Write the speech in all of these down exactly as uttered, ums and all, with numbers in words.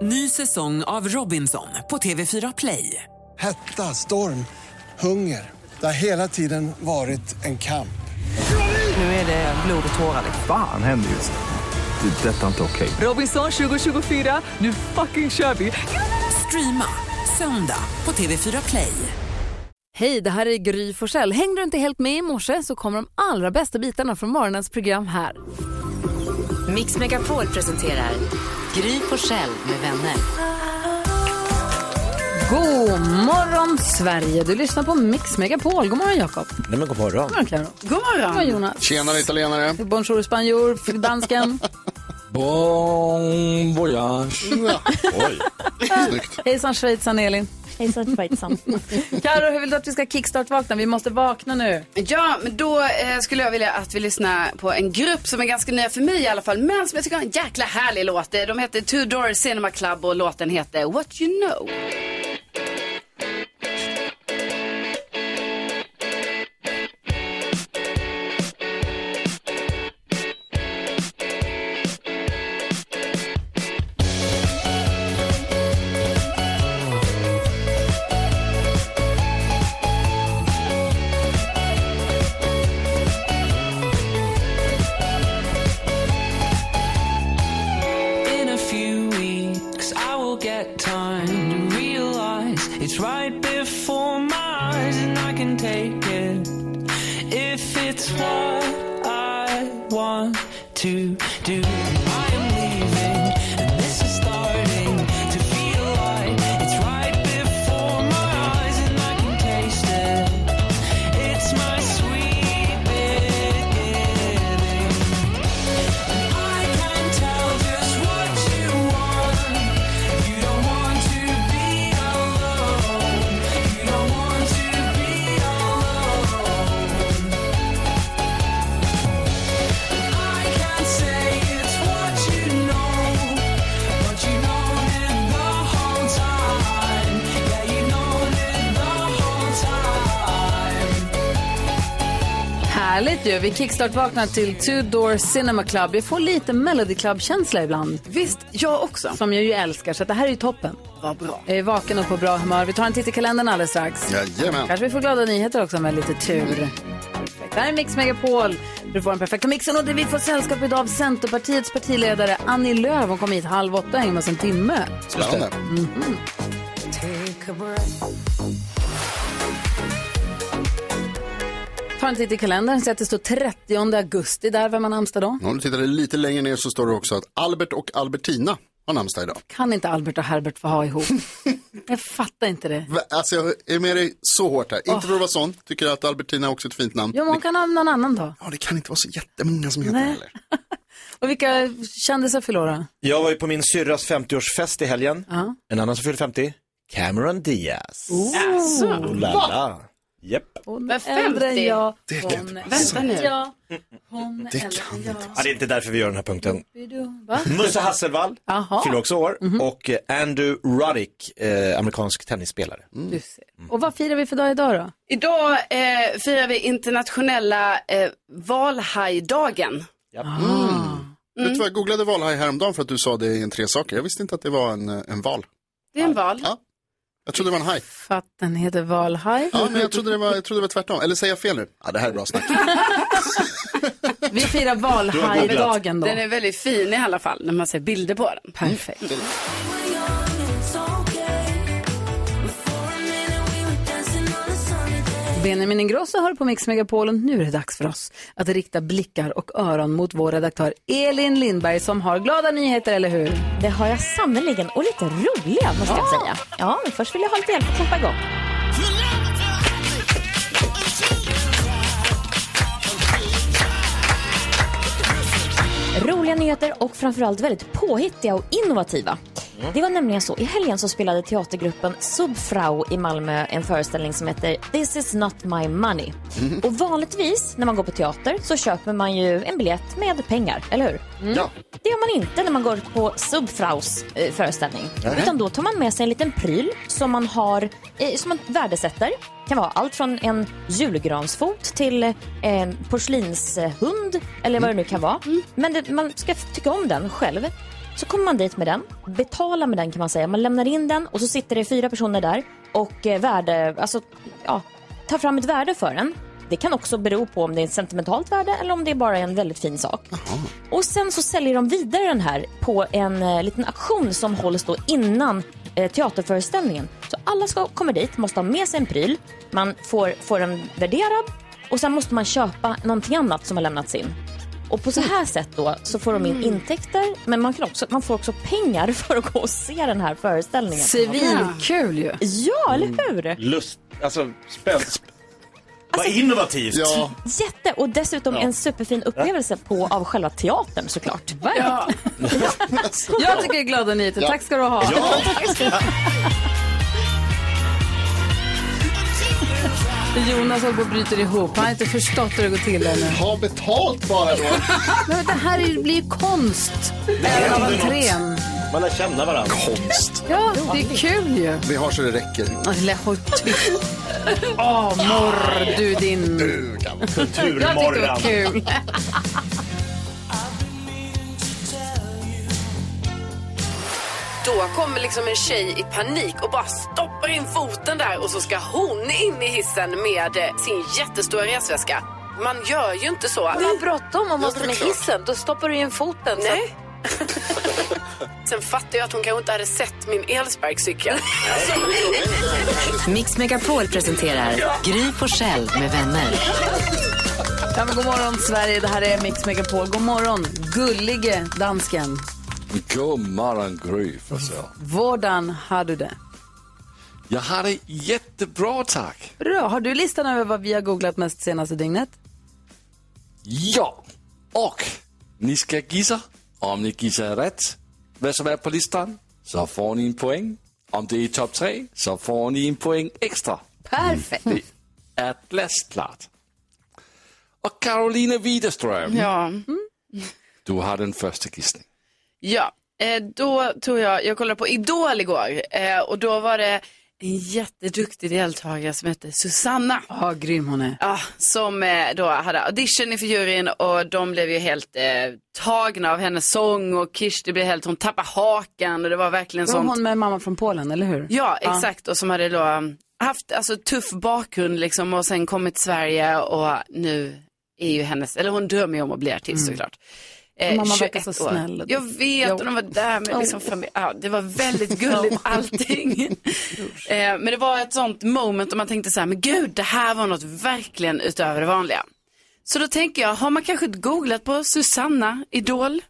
Ny säsong av Robinson på T V fyra Play. Hetta, storm, hunger. Det har hela tiden varit en kamp. Nu är det blod och tårar. Fan händer just det. Det är detta inte okej. Robinson tjugo tjugofyra, nu fucking kör vi. Streama söndag på T V fyra Play. Hej, det här är Gry Forssell. Hängde du inte helt med i morse så kommer de allra bästa bitarna från morgonens program här. Mix Megapol presenterar Gry Forssell med vänner. God morgon Sverige, du lyssnar på Mix Megapol. God morgon Jakob. Nej men god morgon. God morgon Claro. God morgon. God morgon Jonas. Tjenare italienare. Bonjour spanjor, dansken. Bon voyage. Oj, snyggt. Hejsan Schweizan Elin. Hejsan Schweizan. Karo, hur vill du att vi ska kickstart-vakna? Vi måste vakna nu. Ja, men då eh, skulle jag vilja att vi lyssnar på en grupp som är ganska nya för mig i alla fall, men som jag tycker har en jäkla härlig låt. De heter Two Door Cinema Club och låten heter What You Know. Vi kickstart vaknar till Two Door Cinema Club. Jag får lite Melody Club-känsla ibland. Visst, jag också. Som jag ju älskar, så det här är ju toppen. Vad bra. Jag är vaken och på bra humör. Vi tar en titt i kalendern alldeles strax. Jajamän. Kanske vi får glada nyheter också med lite tur. Perfekt. Det här är Mix Megapol. Du får en perfekta mixen och det vi får sällskap idag av Centerpartiets partiledare Annie Lööf. Hon kom hit halv åtta, hänger med en timme. Spännande. Mm-hmm. Ta en titt i kalendern, så att det står trettionde augusti där, vem har namnsdag då? Om du tittar lite längre ner så står det också att Albert och Albertina har namnsdag idag. Kan inte Albert och Herbert få ha ihop? Jag fattar inte det. Alltså jag är med dig så hårt här. Oh. Inte för att vara sån, tycker jag att Albertina är också ett fint namn. Ja, man kan ha någon annan då. Ja, det kan inte vara så jättemånga som heter Nej. heller. Och vilka kändisar förlorar? Jag var ju på min syrras femtioårsfest i helgen. Uh-huh. En annan som fyllde femtio, Cameron Diaz. Oh. Alltså, oh la la. Japp. Hon är äldre än jag. Det hon kan är Vänta nu. jag. Hon är Det äldre kan än jag. Ja, det är inte därför vi gör den här punkten. Va? Musse Hasselvall Aha. fyller också år. Mm-hmm. Och eh, Andrew Roddick, eh, amerikansk tennisspelare. Mm. Du ser. Och vad firar vi för dag idag då? Idag eh, firar vi internationella eh, valhajdagen. Japp. Mm. Mm. Vet du vad, jag googlade valhaj häromdagen för att du sa det i en tre saker. Jag visste inte att det var en, en val. Det är en val. Ja. Jag trodde det var en haj. För att den heter valhaj. Ja, men jag trodde det var, jag trodde det var tvärtom. Eller säger jag fel nu? Ja, det här är bra snack. Vi firar valhajdagen då. Den är väldigt fin i alla fall när man ser bilder på den. Perfekt. Mm. Benjamin Ingrosso hör på Mix Megapol och nu är det dags för oss att rikta blickar och öron mot vår redaktör Elin Lindberg som har glada nyheter, eller hur? Det har jag sannoliken, och lite roliga måste jag säga. Ja, men först vill jag ha lite hjälp att klappa igång. Roliga nyheter och framförallt väldigt påhittiga och innovativa. Det var nämligen så, i helgen så spelade teatergruppen Subfrau i Malmö en föreställning som heter This is not my money. Mm. Och vanligtvis när man går på teater så köper man ju en biljett med pengar, eller hur? Mm. Ja. Det gör man inte när man går på Subfraus eh, föreställning. Nej. Utan då tar man med sig en liten pryl som man har, eh, som man värdesätter. Det kan vara allt från en julgransfot till en eh, porslinshund eller vad det nu kan vara. Mm. Men det, man ska tycka om den själv. Så kommer man dit med den, betalar med den kan man säga. Man lämnar in den och så sitter det fyra personer där och eh, värde, alltså, ja, tar fram ett värde för den. Det kan också bero på om det är ett sentimentalt värde eller om det är bara en väldigt fin sak. Aha. Och sen så säljer de vidare den här på en eh, liten auktion som hålls då innan eh, teaterföreställningen. Så alla ska komma dit, måste ha med sig en pryl. Man får, får den värderad och sen måste man köpa någonting annat som har lämnats in. Och på så här sätt då så får de in intäkter, men man, kan också, man får också pengar för att gå och se den här föreställningen. Svinkul ju. Ja, eller hur? Lust, alltså spänn. Vad innovativt. Ja. Jätte, och dessutom ja. en superfin upplevelse på, av själva teatern såklart. Ja. Jag tycker det är glada nyheter. Ja. Tack ska du ha. Ja. Jonas håller på och bryter ihop. Han har inte förstått hur det går till ännu. Ha betalt bara då. Men det här blir ju konst. Även av entrén. Man lär känna varandra. Konst. Ja, det är kul ju. Vi har så det räcker. Åh, morr du din... Du gammal kulturmorran. Jag tyckte det var kul. Då kommer liksom en tjej i panik och bara stoppar in foten där och så ska hon in i hissen med sin jättestora resväska. Man gör ju inte så. Man har bråttom om man står i hissen. Då stoppar du in foten. Nej. Sen fattar jag att hon kanske inte hade sett min elsparkcykel. Mix Megapol presenterar Gry Forssell med vänner. Ja, men god morgon Sverige, det här är Mix Megapol. God morgon, gullige dansken. God morgon Gry Forssell. Vårdan har du det? Jag har det jättebra, tack. Bra, har du listan över vad vi har googlat mest senaste dygnet? Ja, och ni ska gissa. Om ni gissar rätt vad som är på listan så får ni en poäng. Om det är topp tre så får ni en poäng extra. Perfekt. Det är glasklart. Och Carolina Widerström. Ja. Mm. Du har den första gissning. Ja, eh, då tog jag, jag kollade på Idol igår eh, och då var det en jätteduktig deltagare som heter Susanna. Ja, oh, grym hon är. Ja, som eh, då hade audition inför juryn och de blev ju helt eh, tagna av hennes sång och Kirsti blev helt, hon tappade hakan och det var verkligen var sånt. Hon med mamma från Polen, eller hur? Ja, exakt. Ja. Och som hade då haft alltså tuff bakgrund liksom och sen kommit till Sverige och nu är ju hennes, eller hon drömmer ju om att bli artist mm. såklart. Eh, mamma verkar så snäll. Jag vet, och de var där med liksom familj. Ja, det var väldigt gulligt allting. eh, men det var ett sånt moment och man tänkte så här, men gud, det här var något verkligen utöver det vanliga. Så då tänker jag, har man kanske googlat på Susanna Idol?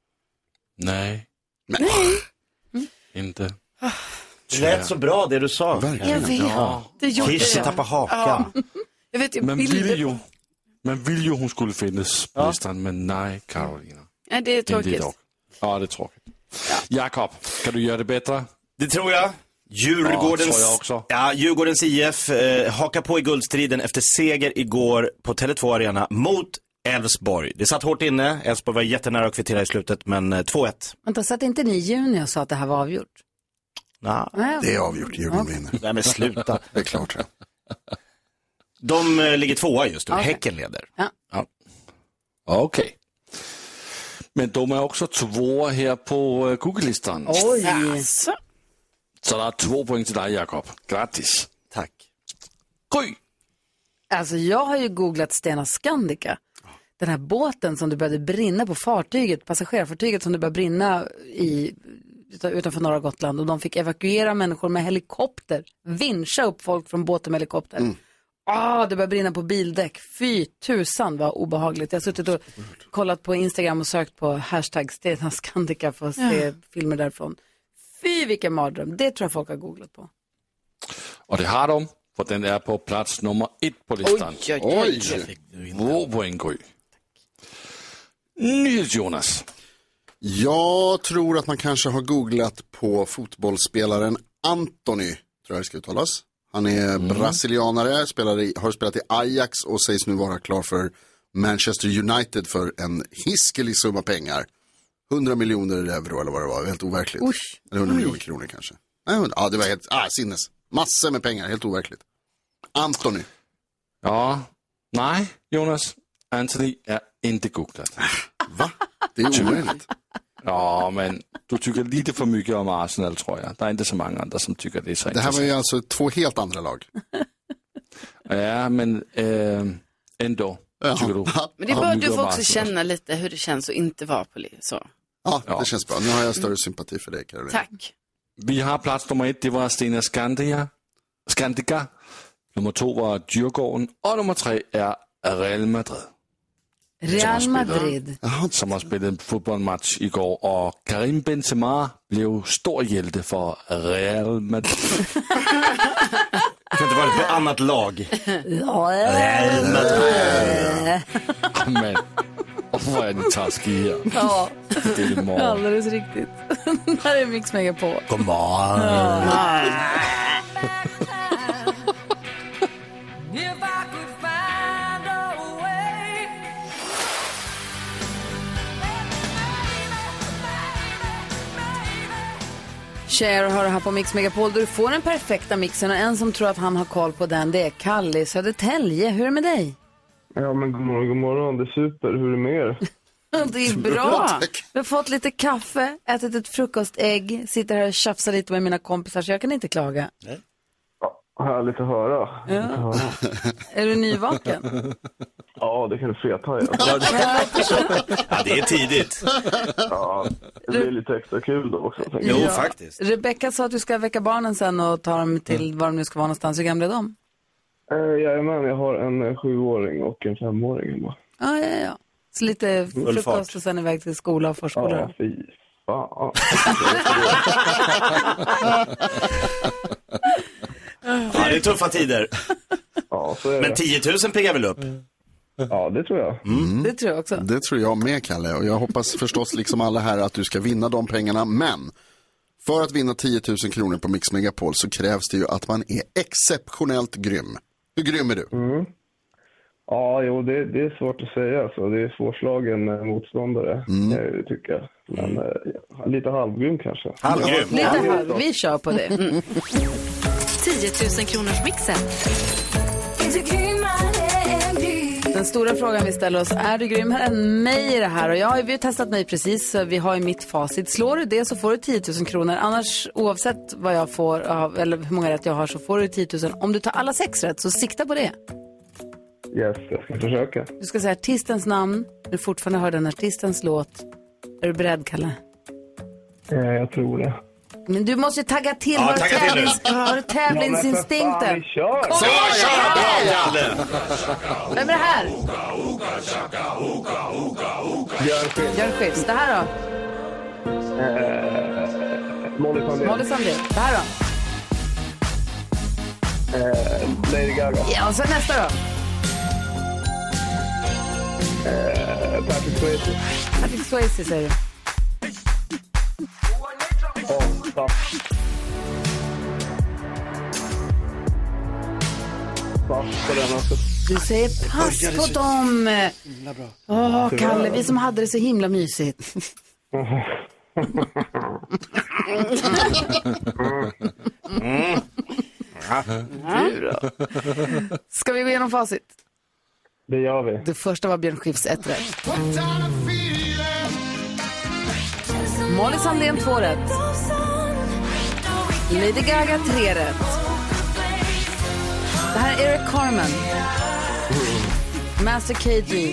Nej. Nej. Mm. Inte. Det lät så bra det du sa. Verkligen. Jag vet. Ja. Det gjorde Kirsti det. tappar hakan. Ja. Jag vet ju, man vill ju Man vill ju hon skulle finnas på ja. listan, men nej, Carolina. Ja, det är tråkigt. Ja, det är tråkigt. Ja. Jakob, kan du göra det bättre? Det tror jag. Djurgårdens, ja, tror jag också. Ja, Djurgårdens I F eh, hakar på i guldstriden efter seger igår på Tele två Arena mot Elfsborg. Det satt hårt inne. Elfsborg var jättenära att kvittera i slutet, men eh, två ett. Vänta, satt inte ni i juni och sa att det här var avgjort? Nah. Det är avgjort, Djurgården vinner. Nej, men sluta. Det är klart. Ja. De eh, ligger tvåa just nu. Okay. Häcken leder. Ja. Ja. Okej. Okay. Men de är också två här på uh, Google-listan. Oj. Yes. Så det är två poäng till dig, Jakob. Grattis. Tack. Gry. Alltså jag har ju googlat Stena Scandica. Den här båten som det började brinna på fartyget, passagerarfartyget som det började brinna i utanför norra Gotland. Och de fick evakuera människor med helikopter. Vinscha upp folk från båten med helikopter. Mm. Ah, det började brinna på bildäck. Fy tusan vad obehagligt. Jag har suttit och kollat på Instagram och sökt på hashtag Stena Scandica för att se ja. filmer därifrån. Fy vilken mardröm. Det tror jag folk har googlat på. Och det har de, för den är på plats nummer ett på listan. Oj, oj, oj. Två poäng, Gry. Nyhets Jonas. Jag tror att man kanske har googlat på fotbollsspelaren Antony, tror jag det ska uttalas. Han är mm. brasilianare, spelar i, har spelat i Ajax och sägs nu vara klar för Manchester United för en hiskelig summa pengar. hundra miljoner euro eller vad det var, helt overkligt. Usch. Eller hundra miljoner kronor kanske. Nej, ja, det var helt, ah, sinnes. Massor med pengar, helt overkligt. Antony. Ja, nej, Jonas. Anthony är inte googlat. Va? Det är omöjligt. Ja, men du tycker lite för mycket om Arsenal, tror jag. Det är inte så många andra som tycker det är så Det här var ju alltså två helt andra lag. Ja, men äh, ändå. Ja. Tycker du? Men det är bara, du får också känna lite hur det känns att inte vara på så. Ja, det Ja. känns bra. Nu har jag större sympati för dig, Caroline. Tack. Vi har plats nummer ett, det var Stena Skandia. Skandiga. Nummer två var Djurgården. Och nummer tre är Real Madrid. Real Madrid. Som har spelat en fotbollsmatch igår. Och Karim Benzema blev stor hjälte för Real Madrid. Det kan inte vara ett annat lag. Real Madrid. Men, och vad är det taskigt här? Ja, det är det alldeles riktigt. Här är Mix Megapol. Kom on. Cher har det här på Mix Megapol. Du får den perfekta mixen och en som tror att han har koll på den, det är Kalle i Södertälje. Hur är det med dig? Ja, men god morgon, god morgon. Det är super. Hur är det med er? Det är bra. Vi har fått lite kaffe, ätit ett frukostägg, sitter här och tjafsar lite med mina kompisar så jag kan inte klaga. Nej. Ja, härligt att höra. Ja. Att höra. Är du nyvaken? Ja, det kan du feta ja. Ja, det är tidigt. Ja, det blir lite extra kul då också. Jo, Ja. faktiskt. Rebecka sa att du ska väcka barnen sen och ta dem till var de nu ska vara någonstans. Hur gamla är de? Eh, jajamän, jag har en eh, sjuåring och en femåring hemma. Ja, ja, ja. Så lite frukost och sen iväg till skola och förskola. Ja, fy fan. Ja, det är tuffa tider. Ja, så är Men det. tio tusen piggar väl upp? Ja, det tror jag. Mm. Det tror jag också. Det tror jag med, Kalle. Och jag hoppas förstås liksom alla här att du ska vinna de pengarna. Men för att vinna tio tusen kronor på Mix Megapol så krävs det ju att man är exceptionellt grym. Hur grym är du? Mm. Ja, jo, det, det är svårt att säga. Så det är svårslagen eh, motståndare, mm. eh, tycker jag. Men eh, lite halvgrym kanske. Halvgrym. Lite halv. Vi kör på det. Mm. tio tusen kronors mixen. Den stora frågan vi ställer oss, är du grymmare än mig i det här? Och jag har ju testat mig precis, så vi har ju mitt facit. Slår du det så får du tio tusen kronor. Annars, oavsett vad jag får, eller hur många rätt jag har, så får du tio tusen. Om du tar alla sex rätt, så sikta på det. Yes, jag ska försöka. Du ska säga artistens namn, du fortfarande hör den artistens låt. Är du beredd, Kalle? Eh, jag tror det. Men du måste ju tagga till. Ja, Har du tagga till tävlings, har du tävlingsinstinkten? Vi kör! Så, kör! Bra, Kalle! Vem är det här? Björn Skifs. Björn Skifs. Det här då? Eh, Molly Sandén. Molly Sandén. Det här då? Eh, Lady Gaga. Ja, och så nästa då? Eh, Patrick Swayze. Patrick Swayze säger du. Oh, pass. Pass på den också. Du säger pass på dem. Åh, Kalle, vi som hade det så himla mysigt. Mm. Du då? Ska vi gå igenom facit? Det gör vi. Det första var Björn Skifs ett rätt. Molly Sandén två rätt. Lady Gaga tre rätt. Det här är Eric Carmen. Master K G.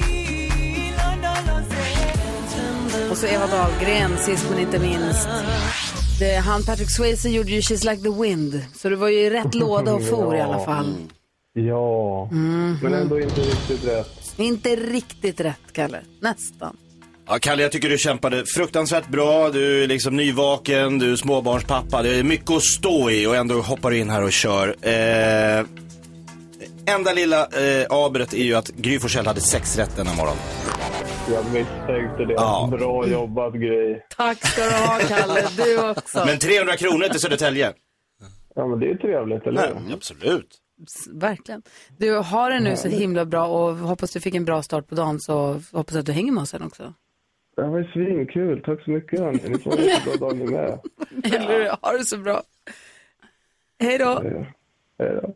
Och så Eva Dahlgren, sist men inte minst. Det, han Patrick Swayze gjorde ju She's Like the Wind. Så det var ju rätt låda och for i alla fall. Ja, Mm. men ändå inte riktigt rätt. Inte riktigt rätt, Kalle. Nästan. Ja, Kalle, jag tycker du kämpade fruktansvärt bra. Du är liksom nyvaken, du är småbarnspappa. Det är mycket att stå i och ändå hoppar du in här och kör. Eh, enda lilla eh, abret är ju att Gry Forssell hade sex rätt denna morgon. Jag misstänkte det. Ja. Bra jobbat, Gry. Tack ska du ha, Kalle. Du också. Men trehundra kronor till Södertälje. Ja, men det är trevligt, eller? Nej, absolut. Verkligen. Du har det nu så himla bra och hoppas du fick en bra start på dagen, så hoppas att du hänger med oss sen också. Det var ju svinkul. Tack så mycket, hörni. Ni får en bra dag med. Eller hur? Ha det så bra. Hej då. Hej då.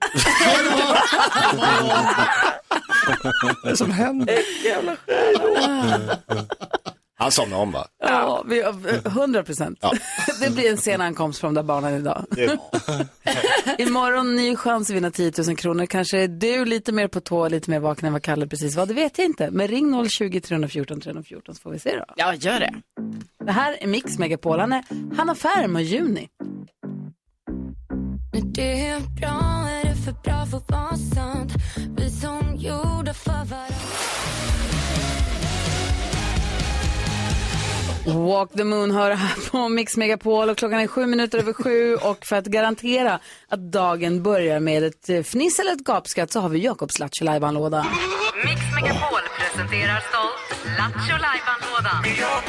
Vad är det som händer? Jävla skit. Han somnade om va? Ja, vi, hundra procent. Ja. Det blir en sen ankomst från de där barnen idag. Imorgon ny chans att vinna tio tusen kronor. Kanske är du lite mer på tå, lite mer vaken än vad Kalle precis var. Det vet jag inte. Men ring noll tjugo, tre fjorton, tre fjorton så får vi se då. Ja, gör det. Det här är Mix Megapol. Han är Hanna Färm och Juni. Det är bra, är det för bra för att vara sant? Vi som gjorda för varandra. Walk the Moon hör här på Mix Megapol och klockan är sju minuter över sju och för att garantera att dagen börjar med ett fniss eller ett gapskratt så har vi Jakobs Lattjo Lajban-låda. Mix Megapol presenterar stolt Lattjo Lajban-lådan.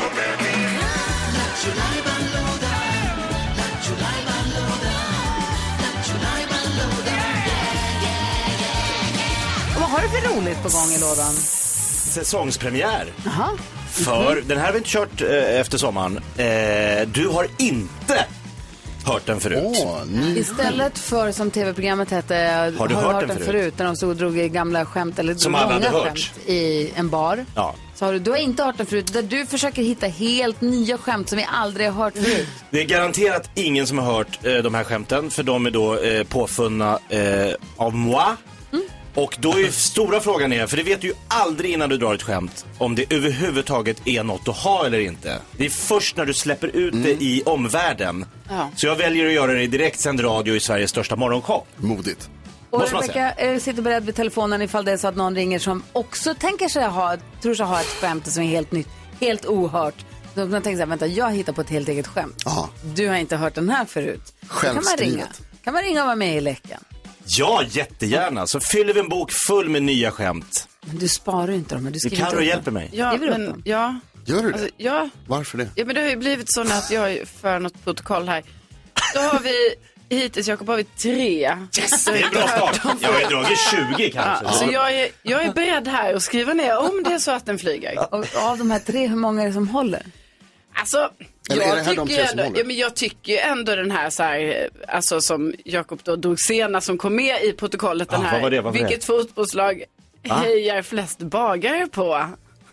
Vad har du för roligt på gång i lådan? Säsongspremiär. Aha. För den här har vi inte kört eh, efter sommaren. Eh, du har inte hört den förut. Åh, ny. Istället för som tv-programmet hette Har du hört den förut? När de stod och drog i gamla skämt eller Som långa alla hade hört. skämt i en bar. Ja. Så har du, du har inte hört den förut. Där du försöker hitta helt nya skämt som vi aldrig har hört förut. Det är garanterat ingen som har hört eh, de här skämten. För de är då eh, påfunna eh, av moi. Mm. Och då är ju stora frågan är, för det vet du ju aldrig innan du drar ett skämt, om det överhuvudtaget är något att ha eller inte. Det är först när du släpper ut Mm. det i omvärlden. Ja. Så jag väljer att göra det i direktsänd radio i Sveriges största morgonshow. Modigt. Och Måste man Rebecka eh, sitter beredd vid telefonen ifall det är så att någon ringer som också tänker sig ha, tror sig ha ett skämt som är helt nytt, helt ohört. Då man tänker så här, vänta, jag hittar på ett helt eget skämt. Ja. Du har inte hört den här förut. Då kan man Självskrivet. ringa. Kan man ringa och vara med i läckan? Ja, jättegärna. Så fyller vi en bok full med nya skämt. Men du sparar ju inte dem. Men du Det skriver kan inte du upp hjälper dem. mig. Ja, Skriver du upp men, dem? ja. Gör du det? Alltså, ja. Varför det? Ja, men det har ju blivit så att jag är för något protokoll här. Då har vi, hittills Jakob, har vi tre. Yes, det är en bra start. Jag har dragit tjugo kanske. Ja, så jag är, jag är beredd här att skriva ner om det är så att den flyger. Och av de här tre, hur många är det som håller? Alltså, Eller är det jag här de tycker, tre som ändå, håller? ja, men jag tycker ändå den här, så här alltså som Jakob då drog senast som kom med i protokollet, den Ja, här. vad var det, vad var det? Vilket fotbollslag hejar flest bagare på?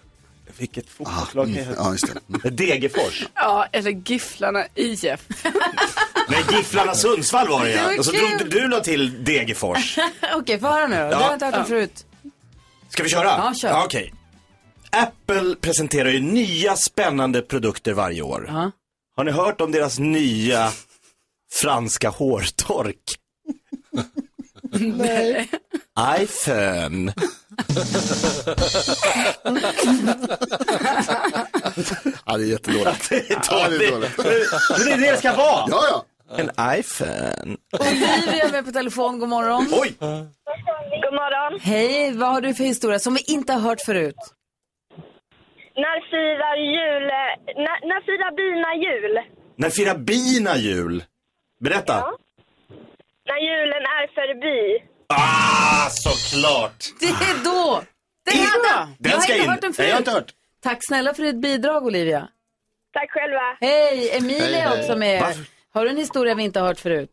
Vilket fotbollslag Ah, är mm, ja, just det. det? Degerfors. Ja, eller Gifflarna I F. Nej, Gifflarna Sundsvall var det Det var ja. Och så kul. drog du la till Degerfors. Okej, få höra nu då. Du har inte hört dem förut. Ska vi köra? Ja, kör. Ja, okej. Apple presenterar ju nya spännande produkter varje år. Ja. Har ni hört om deras nya franska hårtork? Nej. iPhone. Ja, det är jättedåligt. Det är Ja, det är dåligt. dåligt. Men det är det det ska vara. Ja, ja. En iPhone. Olivia är med på telefon, god morgon. Oj! God morgon. Hej, vad har du för historia som vi inte har hört förut? När firar jul... När, när firar bina jul? När firar bina jul? Berätta. Ja. När julen är förbi. Ah, såklart. Det är då! Det är den! Den Jag har ska inte in. hört den Nej, jag har inte förut. hört. Tack snälla för ditt bidrag, Olivia. Tack själva. Hej, Emilia Hej, är hej. också med. Varför? Har du en historia vi inte har hört förut?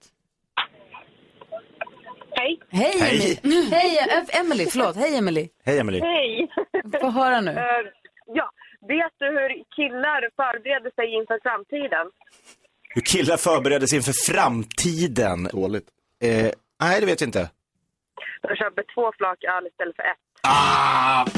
Hej. Hej, Hej. Emily. Hej, Ö- Emily. Förlåt. Hej, Emily. Hej, Emily. Hej. Få höra nu. Eh, ja, vet du hur killar förbereder sig inför framtiden? Hur killar förbereder sig inför framtiden? Dåligt. Eh, nej, det vet jag inte. De köper två flak öl istället för ett. Ah!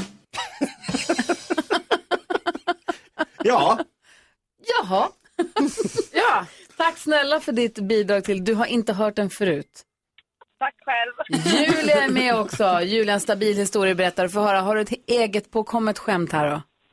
Ja. Jaha. Ja. Tack snälla för ditt bidrag till Du har inte hört den förut. Tack själv. Julia är med också. Julia, en stabil historieberättare. Få höra, har du ett eget påkommet skämt här då?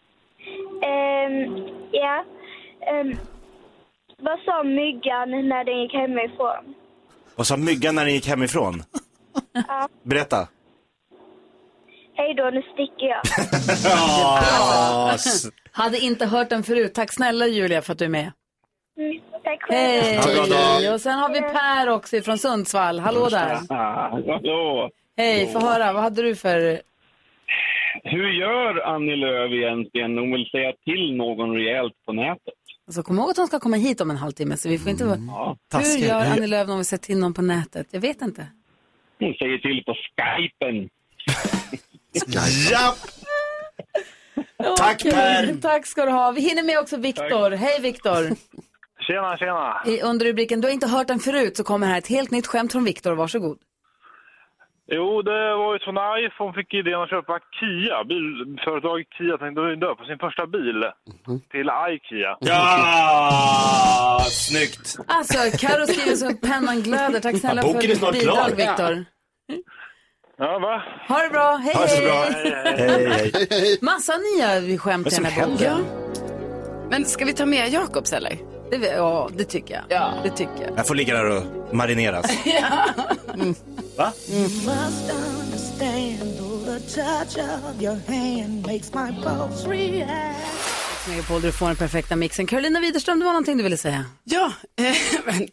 Um, ja. Um, vad sa myggan när den gick hemifrån? Vad sa myggan när ni gick hemifrån? Ja. Berätta. Hej då, nu sticker jag. Ja, s- Hade inte hört den förut. Tack snälla Julia för att du är med. Mm, tack själv. Hej! Ha en bra dag. Och sen har vi Per också från Sundsvall. Hallå där. Hallå. Hej, få höra. Vad hade du för... Hur gör Annie Lööf egentligen? Hon vill säga till någon rejält på nätet. Alltså, kom ihåg att hon ska komma hit om en halvtimme. Så vi får inte vara... Ja. Hur taskigt. gör Annie Lööf om vi sätter till någon på nätet? Jag vet inte. Hon säger till på Skypen. Ja. Tack Per! Tack ska du ha. Vi hinner med också Viktor. Hej Viktor. Tjena, tjena. I under rubriken Du har inte hört den förut så kommer här ett helt nytt skämt från Viktor. Varsågod. Jo, det var ju så när iPhone fick idén att köpa Kia. Bilföretaget Kia tänkte dö på sin första bil mm-hmm. till iKia. Ja, snyggt. Alltså, Karo skriver så pennan glöder. Tack snälla ja, för ditt bidrag, Viktor. Ja, va? Ha det bra. Hej, ha det så bra. hej. hej, hej, hej. Massa nya skämt i den här boken. Men ska vi ta med Jakobs eller? Det, ja, det tycker jag. Ja. Det tycker jag. Jag får ligga där och marineras. ja. Mm. Va? You must understand the touch of your hand makes my pulse react. Paul, du får den perfekta mixen. Carolina Widerström, det var någonting du ville säga? Ja, eh, men...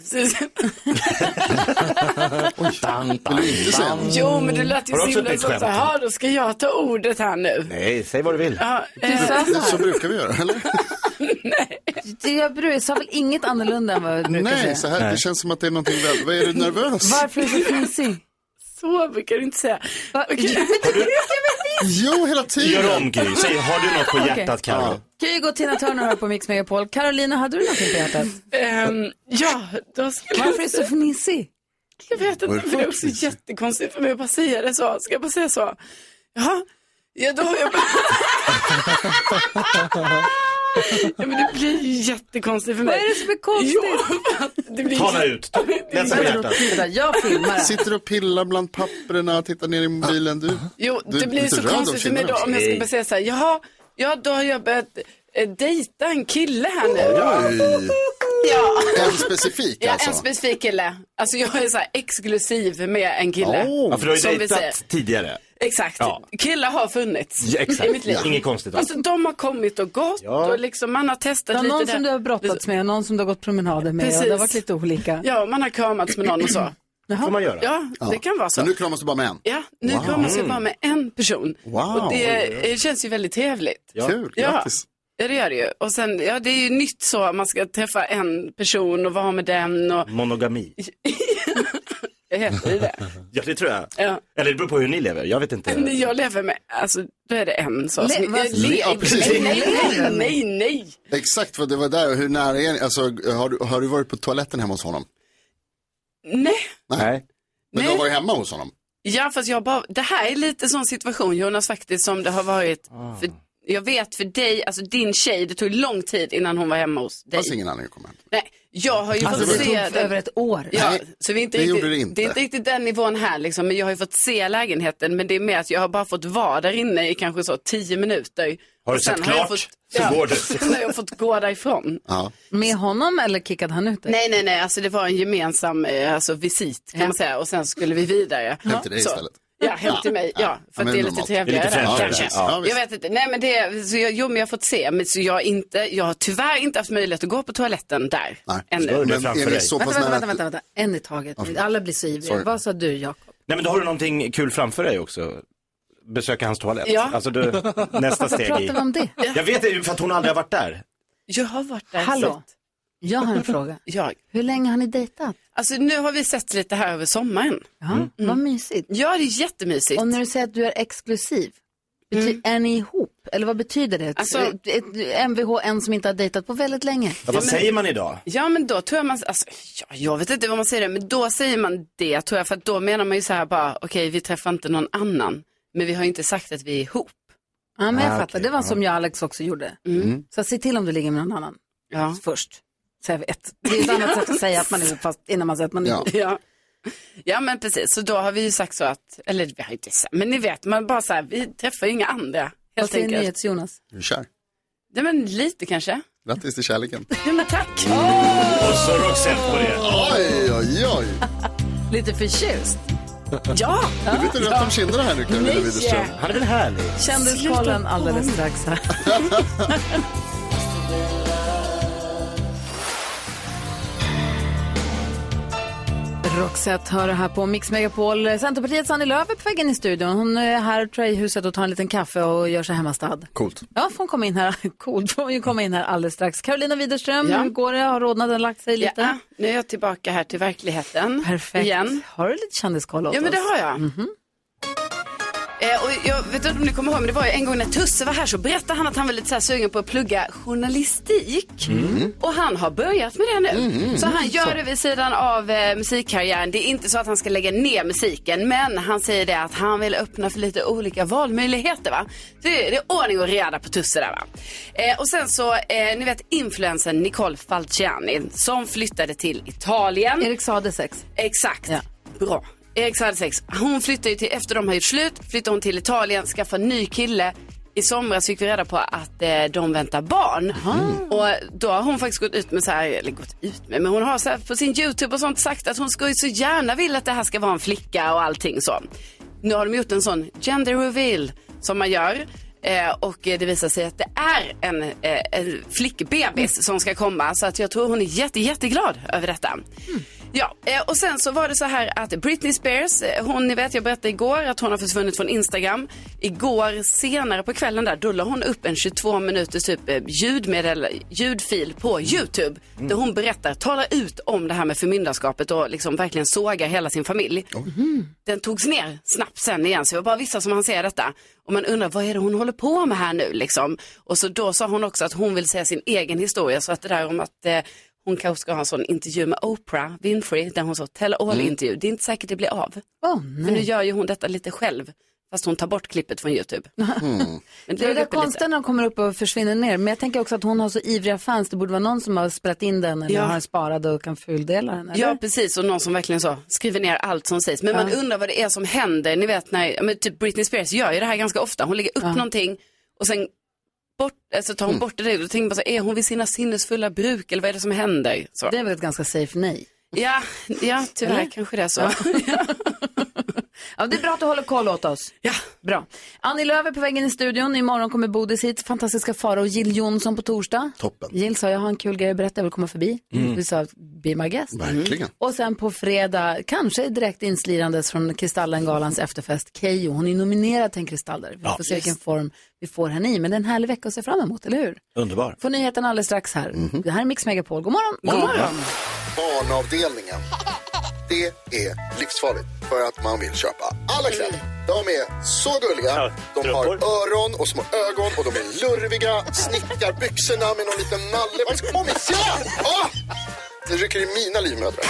jo, men det lät ju simla så så här, då ska jag ta ordet här nu. Nej, säg vad du vill. Ja, eh, så, så brukar vi göra, eller? Nej. Jag sa väl inget annorlunda än vad jag brukar Nej, säga. Så här, Nej, det känns som att det är någonting väl. Vad är du nervös? Varför är du så fnisig? Så brukar du inte säga. Okay. Jo, hela tiden. Gör om, Gry. Säg, har du något på okay. hjärtat, Karo? Kan ju gå Tina Turner här på Mix Megapol. Carolina, hade du någonting på hjärtat? Um, ja, då skulle Varför är du så fnissig? Jag vet inte, för det är också jättekonstigt för mig att bara säga det så. Ska jag bara säga så? Ja, ja då har jag bara... Ja, men det blir ju jättekonstigt för mig. Vad är det som är konstigt? Jo, det blir Tala ut. Läsa på hjärtat. Jag filmar. Sitter och pillar bland papperna och tittar ner i mobilen. Du, jo, det du, blir du så konstigt för mig då om jag ska bara säga så här. Jaha, ja, då har jag börjat eh, dejta en kille här nu. Ja. En specifik alltså? Ja, en specifik kille. Alltså jag är så här exklusiv med en kille. Oh. Ja, för du har ju dejtat tidigare. Exakt. Ja. Killar har funnits ja, exakt. i mitt liv. Ja. Inget konstigt. Alltså de har kommit och gått ja. och liksom man har testat lite. Någon där. som du har brottats med, någon som du har gått promenader med. Precis. Och det har varit lite olika. Ja, man har kramats med någon och så. Jaha. Får man göra? Ja, ja, det kan vara så. Men nu kramas du bara med en? Ja, nu wow. kramas jag bara med en person. Wow. Och det känns ju väldigt trevligt. Ja. Kul, grattis. Ja, det gör det ju. Och sen, ja, det är ju nytt så. Man ska träffa en person och vara med den. Och... Monogami. Jag heter det det. Ja, det tror jag. Ja. Eller det beror på hur ni lever. Jag vet inte. Men jag lever med, alltså, då är det en så. Le- som, va- le- ja, precis. nej, nej, nej, nej, nej. Exakt, för det var där. Hur nära är ni? Alltså, har du, har du varit på toaletten hemma hos honom? Nej. Nej. Men nej. du har varit hemma hos honom? Ja, fast jag bara, det här är lite sån situation, Jonas, faktiskt, som det har varit ah. för, jag vet för dig, alltså din tjej, det tog lång tid innan hon var hemma hos dig. Fast ingen anledning att komma hem. Nej, jag har ju alltså, fått det se tog över ett år. Ja, Nej, så vi är inte det riktigt, gjorde det inte. Det är inte riktigt den nivån här liksom, men jag har ju fått se lägenheten, men det är mer att jag har bara fått vara där inne i kanske så tio minuter. Har du sett klart? Har fått, så ja, går det. sen har jag fått gå därifrån. Ja. Med honom eller kickade han ut dig? Nej, nej, nej, alltså det var en gemensam alltså, visit kan ja. man säga, och sen skulle vi vidare. Hem till dig så. istället. Ja, hem till mig, ja, ja för ja, att det är lite normalt. trevligare. Det är lite där, kanske. Ja, jag vet inte, nej men det, så jag, jo men jag har fått se, men så jag, inte, jag har tyvärr inte haft möjlighet att gå på toaletten där. Nej, ännu. men är ni så pass vänta, nära vänta, vänta, vänta, en i taget. Alla blir så ivriga. Vad sa du, Jakob? Nej, men då har du någonting kul framför dig också. Besöka hans toalett. Ja. Alltså du, nästa steg Vad i... pratar vi om det? Jag vet det, för att hon aldrig har varit där. Jag har varit där. Hallå, sett. jag har en fråga. Jag. Hur länge har ni dejtat? Alltså nu har vi sett lite här över sommaren. Ja, mm. Vad mysigt. Ja, det är jättemysigt. Och när du säger att du är exklusiv, bety- mm. är ni ihop? Eller vad betyder det? Alltså, ett, ett M V H, en som inte har dejtat på väldigt länge. Ja, vad ja, men, säger man idag? Ja, men då tror jag man, alltså, ja, jag vet inte vad man säger, men då säger man det tror jag, för att då menar man ju så här bara, okej, okay, vi träffar inte någon annan, men vi har ju inte sagt att vi är ihop. Ja, men jag ah, fattar, okay. det var som jag och Alex också gjorde. Mm. Så se till om du ligger med någon annan ja. först. Så jag vet. Det är ett annat sätt att säga att man är ihop fast innan man säger att man är ja. ihop. Ja. Ja, men precis, så då har vi ju sagt så att, eller vi har inte sagt, men ni vet, man bara så här, vi träffar ju inga andra. Vad säger nyhets Jonas? Är du kär? Ja, men lite kanske. Grattis till kärleken. Ja, men tack. Oh! Och så Roxette på det. Oj, oj, oj. Lite förtjust. Ja. Du vet inte rött om kinderna här nu, Carolina Widerström. Han är väl härlig. Kändiskollen alldeles strax här. Roxette hör det här på Mix Megapol. Centerpartiets Annie Lööf är på väg in i studion. Hon är här tror jag, i huset och tar en liten kaffe och gör sig hemmastad. Coolt. Ja, får hon komma in här. Coolt, får hon komma in här alldeles strax. Carolina Widerström, ja. hur går det? Har rodnaden lagt sig lite? Ja, nu är jag tillbaka här till verkligheten. Perfekt. Igen. Har du lite kändiskoll åt Ja, men det oss? har jag. Mm-hmm. Eh, och jag vet inte om ni kommer ihåg, men det var ju en gång när Tusse var här så berättade han att han var lite så här sugen på att plugga journalistik. Mm. Och han har börjat med det nu. Mm. Så han gör det vid sidan av eh, musikkarriären. Det är inte så att han ska lägga ner musiken, men han säger det att han vill öppna för lite olika valmöjligheter, va? Så det är, det är ordning och reda på Tusse där, va? Eh, och sen så, eh, ni vet influensen Nicole Falciani som flyttade till Italien. Erik Saade sex. Exakt. Ja. Bra. Erik Saade sex. Hon flyttade ju till, efter de har gjort slut, flyttade hon till Italien, skaffade en ny kille. I somras fick vi reda på att eh, de väntar barn. Mm. Och då har hon faktiskt gått ut med så här, eller gått ut med, men hon har så här på sin YouTube och sånt sagt att hon ska ju så gärna vilja att det här ska vara en flicka och allting så. Nu har de gjort en sån gender reveal som man gör. Eh, och det visar sig att det är en, eh, en flickbebis mm. som ska komma. Så att jag tror hon är jätte, jätteglad över detta. Mm. Ja, eh, och sen så var det så här att Britney Spears, hon, ni vet, jag berättade igår att hon har försvunnit från Instagram. Igår senare på kvällen där, då la hon upp en tjugotvå minuters typ ljudmedel, ljudfil på YouTube. Mm. Där hon berättar, talar ut om det här med förmyndarskapet och liksom verkligen sågar hela sin familj. Mm. Den togs ner snabbt sen igen, så det var bara vissa som han ser detta. Och man undrar, vad är det hon håller på med här nu liksom? Och så då sa hon också att hon vill säga sin egen historia. Så att det där om att eh, hon kanske ska ha en sån intervju med Oprah Winfrey, där hon sa tell all mm. intervju. Det är inte säkert det blir av. Oh, men nu gör ju hon detta lite själv. Fast hon tar bort klippet från YouTube. Mm. Men det är det konstigt när de kommer upp och försvinner ner. Men jag tänker också att hon har så ivriga fans. Det borde vara någon som har spelat in den eller ja. har den sparad och kan fuldela den. Eller? Ja, precis. Och någon som verkligen så skriver ner allt som sägs. Men ja. man undrar vad det är som händer. Ni vet när, men typ Britney Spears gör ju det här ganska ofta. Hon lägger upp ja. någonting och sen bort, alltså tar hon mm. bort det. Och tänker bara så, är hon vid sina sinnesfulla bruk eller vad är det som händer? Så. Det är väl ett ganska safe nej. Ja, ja tyvärr eller? Kanske det är så. Ja. Ja, det är bra att du håller koll åt oss. Ja. Bra. Annie Lööf är på vägen i studion. Imorgon kommer Bodis hit. Fantastiska Fara och Jill Johnson på torsdag. Toppen. Jill sa, jag har en kul grej att berätta. Jag vill komma förbi. Mm. Vi sa, be my guest. Verkligen. Mm. Och sen på fredag, kanske direkt inslirandes från Kristallengalans efterfest, Keyyo. Hon är nominerad till en Kristaller. Vi får ja, se vilken form vi får henne i. Men det är en härlig vecka att se fram emot, eller hur? Underbar. Får nyheten alldeles strax här. Mm-hmm. Det här är Mix Megapol. God morgon. God morgon. God morgon. Barnavdelningen. Det är livsfarligt för att man vill köpa alla kläder. De är så gulliga. De har öron och små ögon och de är lurviga. Snickar byxorna med någon liten nalle. Vad ska man med? Ah! Det rycker i mina livmödrar.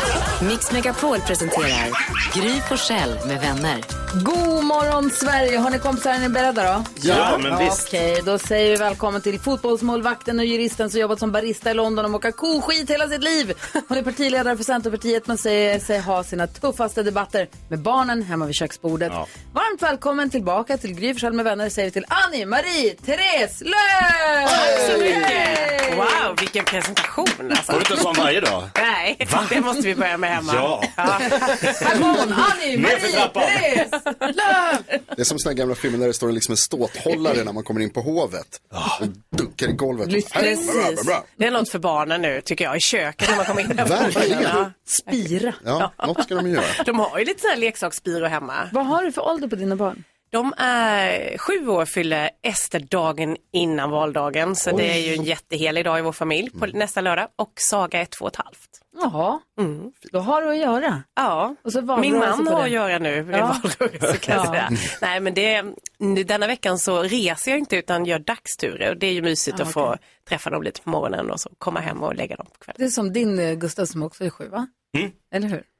Mix Megapol presenterar Gry Forssell med vänner. God morgon Sverige, har ni kompisar, är ni beredda då? Ja, men visst. Okej, då säger vi välkommen till fotbollsmålvakten och juristen som jobbat som barista i London och åker koskit hela sitt liv. Hon är partiledare för Centerpartiet men säger sig ha sina tuffaste debatter med barnen hemma vid köksbordet. Ja. Varmt välkommen tillbaka till Gry Forssell med vänner, säger vi till Annie, Marie, Therese, Lööf! Tack så mycket! Wow, vilken presentation alltså. Får du inte som varje dag? Nej, Va? det måste vi börja med hemma. Ja. ja. Här kommer hon, Annie, Marie, Therese, Lööf! Det är som såna gamla filmer där det står liksom en ståthållare när man kommer in på hovet. Och dunkar i golvet. Precis. Det är något för barnen nu, tycker jag, i köket när man kommer in. Verkligen. Ja. Spira. Ja, något ska de göra. De har ju lite sån här leksaksspiro hemma. Vad har du för ålder på dina barn? De är sju år, fyller Ester dagen innan valdagen. Så Oj. det är ju en jättehelig dag i vår familj på mm. nästa lördag. Och Saga är två och ett halvt. Jaha, mm. då har du att göra. Ja, och så min man har att göra nu i ja. valrörelse kan jag ja. säga. Nej, men det, denna veckan så reser jag inte utan gör dagsturer. Och det är ju mysigt ja, att okay. få träffa dem lite på morgonen och så komma hem och lägga dem på kvällen. Det är som din Gustav som också är sju, va? Mm. Eller hur?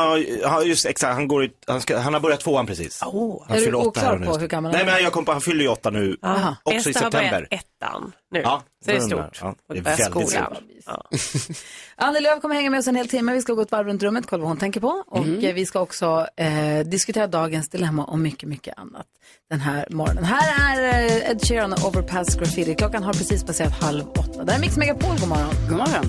Ja, just exakt. Han, går i, han, ska, han har börjat tvåan precis. Oh. Han är fyller du åtta här på hur gammal Nej, men jag kom på, han fyller ju åtta nu. Aha. Också Ester i september. har börjat ettan nu. Ja, så det är stort. Ja, det är väldigt stort. Ja. Annie Lööf kommer hänga med oss en hel timme. Vi ska gå ett varv runt rummet, kolla vad hon tänker på. Och mm. vi ska också eh, diskutera dagens dilemma och mycket, mycket annat den här morgonen. Här är eh, Ed Sheeran och Overpass Graffiti. Klockan har precis passerat halv åtta. Det är Mix Megapol, god morgon. God morgon.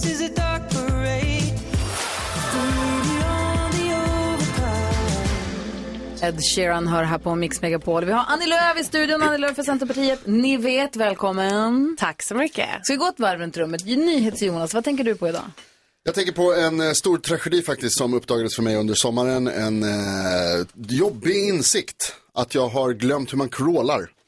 Ed Sheeran hör här på Mix Megapol. Vi har Annie Lööf i studion, Annie Lööf för Centerpartiet. Ni vet, välkommen. Tack så mycket. Ska vi gå ett varv runt rummet? NyhetsJonas, vad tänker du på idag? Jag tänker på en eh, stor tragedi faktiskt som uppdagades för mig under sommaren. En eh, jobbig insikt att jag har glömt hur man crawlar.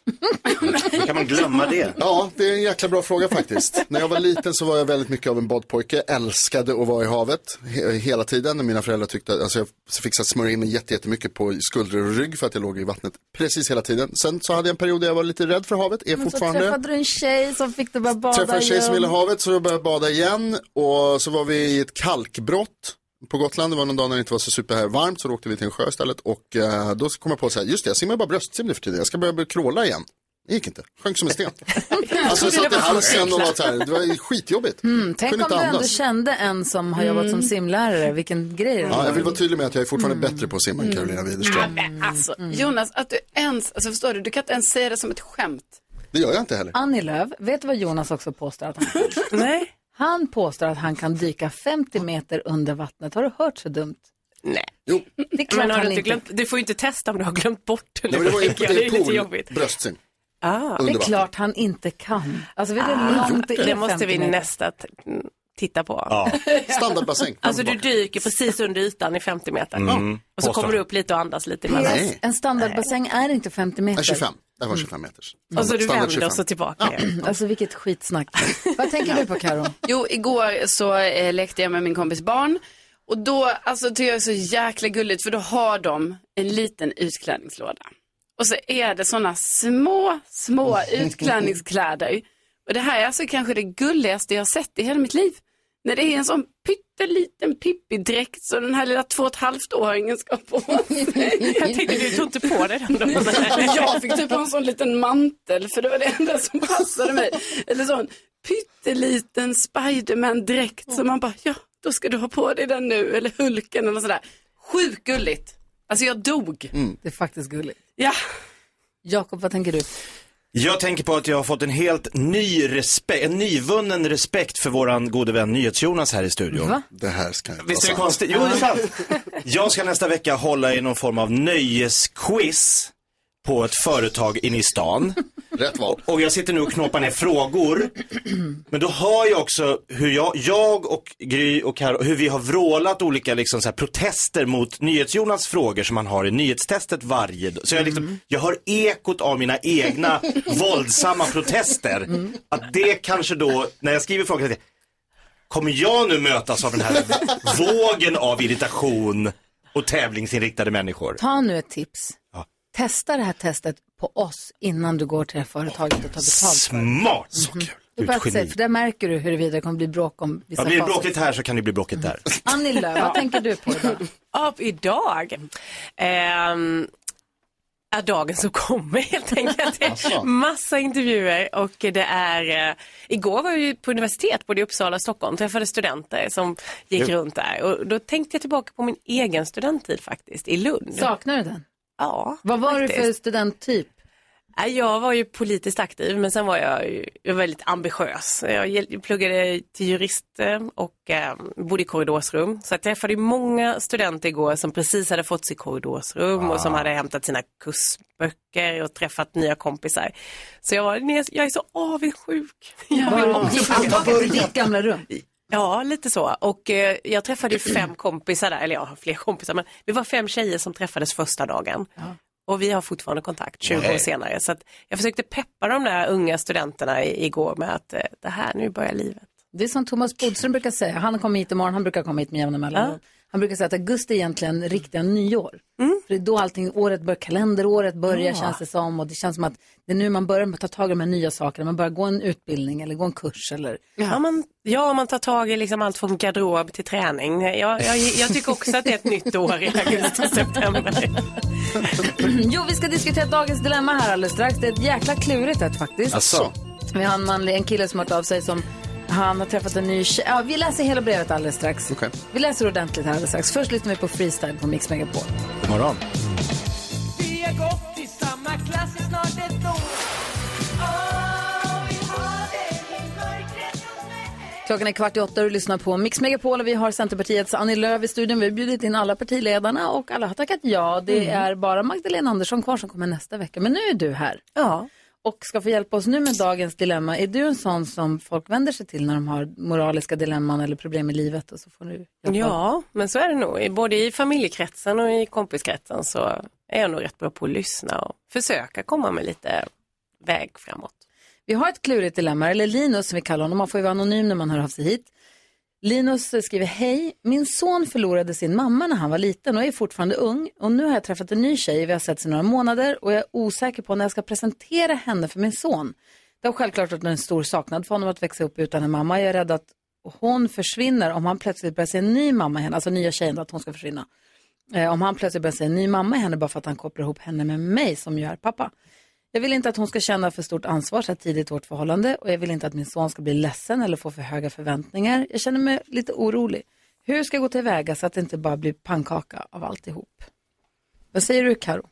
Hur kan man glömma det? Ja, det är en jäkla bra fråga faktiskt. När jag var liten så var jag väldigt mycket av en badpojke. Älskade att vara i havet he- hela tiden. Mina föräldrar tyckte, alltså jag fixade smörja in mig jättemycket på skuldror och rygg för att jag låg i vattnet precis hela tiden. Sen så hade jag en period där jag var lite rädd för havet, är Men fortfarande. så träffade du en tjej som fick dig börja bada Träffade en tjej som igen. ville havet så jag började bada igen. Och så var vi i ett kalkbrott på Gotland. Det var någon dag när det inte var så super varmt, så då åkte vi till en sjö istället. Och eh, då kom jag på så här, just det, jag simmar bara bröstsim för tiden. Jag ska börja, börja kråla igen. Det gick inte, sjönk som en sten. Alltså jag satt i halsen och var så här, det var skitjobbigt. Mm, tänk Kunde om inte du ändå andas. kände en som har jobbat som simlärare. Vilken grej det Ja, var. jag vill vara tydlig med att jag är fortfarande bättre på att simma än Carolina Widerström. Men alltså, Jonas, att du ens, alltså förstår du, du kan inte ens säga det som ett skämt. Det gör jag inte heller. Annie Lööf, vet du vad Jonas också påstår att han kan? Nej. Han påstår att han kan dyka femtio meter under vattnet. Har du hört så dumt? Nej. Jo. Det är klart Men har han du, inte inte... glömt, du får ju inte testa om du har glömt bort det. Nej, men det var tänker jag. ju Det är lite pool, jobbigt. bröstsim. Ah. Det Under är vatten. klart han inte kan. Alltså vet du Ah. hur långt det är Det måste femtio vi meter? nästa t- titta på. Ja. Standardbassäng. Alltså du dyker precis under ytan i femtio meter. Mm. Och så Påstår. kommer du upp lite och andas lite emellan. Nej. En standardbassäng är inte femtio Nej, meter. tjugofem. Det var tjugofem meters. Och så du Standard vänder tjugofem. och så tillbaka. igen. Alltså vilket skitsnack. Vad tänker du på, Karo? Jo, igår så eh, lekte jag med min kompis barn. Och då, alltså tycker jag är så jäkla gulligt, för då har de en liten utklädningslåda. Och så är det sådana små, små utklädningskläder. Och det här är alltså kanske det gulligaste jag har sett i hela mitt liv. När det är en sån pytteliten pippidräkt så den här lilla två och ett halvt åringen ska på sig. Jag tänkte, du tog inte på dig den då. Jag fick typ ha en sån liten mantel, för det var det enda som passade mig. Eller sån pytteliten Spiderman-dräkt som man bara, ja, då ska du ha på dig den nu. Eller Hulken eller sådär. Sjukt gulligt. Alltså jag dog. Mm. Det är faktiskt gulligt. Ja. Jakob, vad tänker du? Jag tänker på att jag har fått en helt ny respekt, en nyvunnen respekt för våran gode vän NyhetsJonas här i studion. Va? Det här ska inte Visst är det vara sant. konstigt? Jo, det är sant. Jag ska nästa vecka hålla i någon form av nöjesquiz på ett företag inne i stan. Rätt val. Och jag sitter nu och knoppar ner frågor. Men då hör jag också hur jag, jag och Gry och Karo, hur vi har vrålat olika liksom så här protester mot NyhetsJonas frågor som man har i nyhetstestet varje dag. Så jag, liksom, jag hör ekot av mina egna våldsamma protester. Att det kanske då, när jag skriver frågor, kommer jag nu mötas av den här vågen av irritation och tävlingsinriktade människor? Ta nu ett tips. Ja. Testa det här testet på oss innan du går till det här företaget och tar betalt för det. Smart! Så kul. Det är bara att säga, för där märker du huruvida det kommer bli bråk om vissa Ja, blir det faser. bråkigt här så kan det bli bråkigt där. Annie Lööf, vad tänker du på idag? Av idag? Ehm, är dagen som kommer helt enkelt. Det är massa intervjuer och det är, eh, igår var jag ju på universitet både i Uppsala och Stockholm, träffade studenter som gick Jo. runt där och då tänkte jag tillbaka på min egen studenttid faktiskt i Lund. Saknar du den? Ja, Vad var faktiskt. du för studenttyp? Nej, jag var ju politiskt aktiv men sen var jag ju jag var väldigt ambitiös. Jag hjäl- pluggade till jurist och eh, bodde i korridorsrum. Så jag träffade ju många studenter igår som precis hade fått sitt korridorsrum Ah. och som hade hämtat sina kursböcker och träffat nya kompisar. Så jag, var, jag är så avundsjuk. Jag vill också Gick han tillbaka till ditt gamla rum? Ja, lite så. Och eh, jag träffade ju fem kompisar där, eller jag har fler kompisar, men vi var fem tjejer som träffades första dagen. Ja. Och vi har fortfarande kontakt tjugo Nej. år senare. Så att jag försökte peppa de där unga studenterna i, igår med att eh, det här, nu börjar livet. Det är som Thomas Bodström brukar säga. Han kommer hit imorgon, han brukar komma hit med jämna mellanrum. Ja. Han brukar säga att augusti är egentligen riktiga nyår. Mm. För det är då allting, året börjar, kalenderåret börjar Ja. känns det som. Och det känns som att det är nu man börjar ta tag i de här nya sakerna. Man börjar gå en utbildning eller gå en kurs eller... Ja, man, ja, man tar tag i liksom allt från garderob till träning. Jag, jag, jag tycker också att det är ett nytt år i augusti och september. Jo, vi ska diskutera dagens dilemma här alldeles strax. Det är ett jäkla klurigt ett faktiskt. Asså. Vi har en, manlig, en kille som har hört av sig som han har träffat en ny tjej. Ja, vi läser hela brevet alldeles strax. Okay. Vi läser ordentligt här alldeles strax. Först lyssnar vi på Freestyle på Mix Megapol. God morgon. Vi har gått i samma klass i snart ett år. Klockan är kvart i åtta och du lyssnar på Mix Megapol och vi har Centerpartiets Annie Lööf i studion. Vi har bjudit in alla partiledarna och alla har tackat ja. Det Mm. är bara Magdalena Andersson kvar som kommer nästa vecka. Men nu är du här. Ja. Och ska få hjälpa oss nu med dagens dilemma. Är du en sån som folk vänder sig till när de har moraliska dilemman eller problem i livet? Och så får du hjälpa? Ja, men så är det nog. Både i familjekretsen och i kompiskretsen så är jag nog rätt bra på att lyssna och försöka komma med lite väg framåt. Vi har ett klurigt dilemma, eller Linus som vi kallar honom. Man får ju vara anonym när man hör av sig hit. Linus skriver, hej, min son förlorade sin mamma när han var liten och är fortfarande ung. Och nu har jag träffat en ny tjej, vi har sett sig några månader och jag är osäker på när jag ska presentera henne för min son. Det har självklart varit en stor saknad för honom att växa upp utan en mamma. Jag är rädd att hon försvinner om han plötsligt börjar se en ny mamma henne, alltså nya tjejen då, att hon ska försvinna. Eh, om han plötsligt börjar se en ny mamma henne bara för att han kopplar ihop henne med mig som ju är pappa. Jag vill inte att hon ska känna för stort ansvar så tidigt i vårt förhållande och jag vill inte att min son ska bli ledsen eller få för höga förväntningar. Jag känner mig lite orolig. Hur ska jag gå tillväga så att det inte bara blir pannkaka av alltihop? Vad säger du, Karo?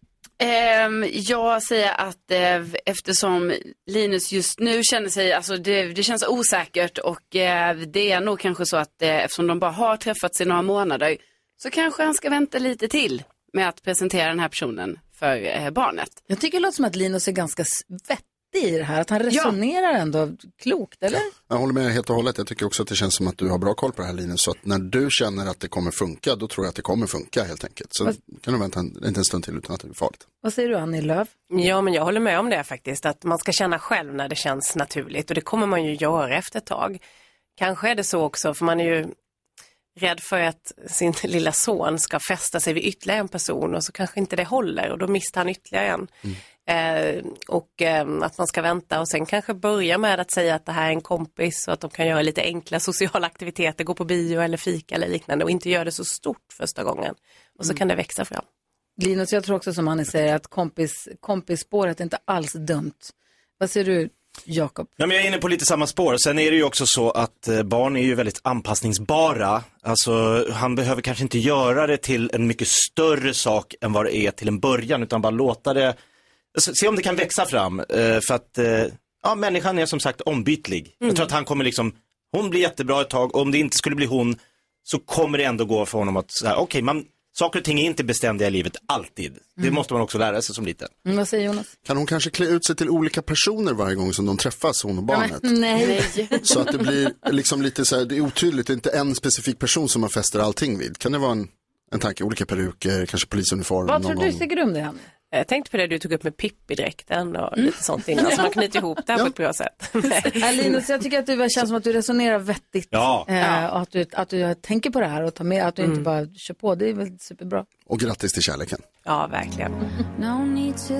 Um, jag säger att eh, eftersom Linus just nu känner sig, alltså det, det känns osäkert och eh, det är nog kanske så att eh, eftersom de bara har träffats i några månader så kanske han ska vänta lite till med att presentera den här personen för eh, barnet. Jag tycker det låter som att Linus är ganska vettig i det här, att han resonerar ja. ändå klokt, eller? Jag håller med helt och hållet. Jag tycker också att det känns som att du har bra koll på det här, Linus. Så att när du känner att det kommer funka, då tror jag att det kommer funka helt enkelt. Så Vad... kan du vänta en, inte en stund till utan att det blir farligt. Vad säger du, Annie Lööf? Ja, men jag håller med om det faktiskt. Att man ska känna själv när det känns naturligt. Och det kommer man ju göra efter ett tag. Kanske är det så också, för man är ju rädd för att sin lilla son ska fästa sig vid ytterligare en person och så kanske inte det håller och då missar han ytterligare en. Mm. Eh, och eh, att man ska vänta och sen kanske börja med att säga att det här är en kompis och att de kan göra lite enkla sociala aktiviteter, gå på bio eller fika eller liknande och inte göra det så stort första gången. Och så mm. kan det växa fram. Linus, jag tror också som Annie säger att kompis, kompisspåret är inte alls dumt. Vad säger du, Jakob? Ja, men jag är inne på lite samma spår. Sen är det ju också så att barn är ju väldigt anpassningsbara. Alltså han behöver kanske inte göra det till en mycket större sak än vad det är till en början, utan bara låta det, alltså, se om det kan växa fram. För att ja, människan är som sagt ombytlig. Mm. Jag tror att han kommer liksom, hon blir jättebra ett tag och om det inte skulle bli hon så kommer det ändå gå för honom att okej, okay, man saker och ting är inte beständiga i livet, alltid. Mm. Det måste man också lära sig som liten. Mm, vad säger Jonas? Kan hon kanske klä ut sig till olika personer varje gång som de träffas, hon och barnet? Ja, nej. Så att det blir liksom lite så här, det är otydligt, det är inte en specifik person som man fäster allting vid. Kan det vara en, en tanke, olika peruker, kanske polisuniform? Vad tror du, tycker du om det här? Jag tänkte på det du tog upp med Pippi-dräkten och mm. lite sånt innan. Så man knyter ihop det här ja. på ett bra sätt. Linus, jag tycker att du känns som att du resonerar vettigt. Ja. Eh, och att du, att du tänker på det här och tar med, att du mm. inte bara kör på. Det är väl superbra. Och grattis till kärleken. Ja, verkligen. No need to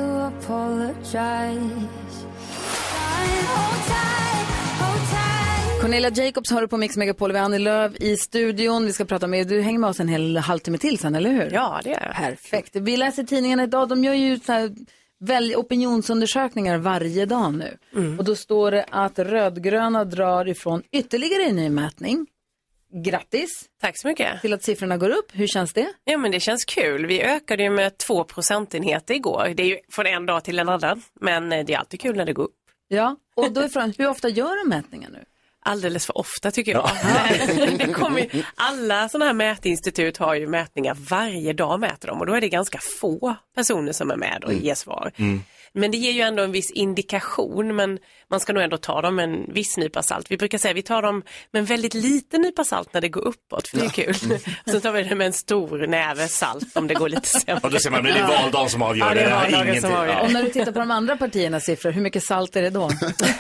apologize. Cornelia Jacobs har du på Mix Megapol. Vi har Annie Lööf i studion. Vi ska prata med, du hänger med oss en hel halvtimme till sen, eller hur? Ja, det är perfekt. Vi läser tidningarna idag. De gör ju så här, välj opinionsundersökningar varje dag nu. Mm. Och då står det att rödgröna drar ifrån ytterligare en ny mätning. Grattis. Tack så mycket. Till att siffrorna går upp. Hur känns det? Ja, men det känns kul. Vi ökade ju med två procentenheter igår. Det är ju från en dag till en annan. Men det är alltid kul när det går upp. Ja, och då är frågan, hur ofta gör de mätningar nu? Alldeles för ofta tycker jag. Ja. Det kommer ju, alla sådana här mätinstitut har ju mätningar varje dag mäter de och då är det ganska få personer som är med och mm. ger svar. Mm. Men det ger ju ändå en viss indikation, men man ska nog ändå ta dem med en viss nypa salt. Vi brukar säga att vi tar dem med en väldigt liten nypa salt när det går uppåt, för det är kul. Ja. Mm. Så tar vi det med en stor näve salt om det går lite sämre. Och då ser man, det är valdagen som avgör. Ja, det är valdagen som avgör. Och när du tittar på de andra partiernas siffror, hur mycket salt är det då?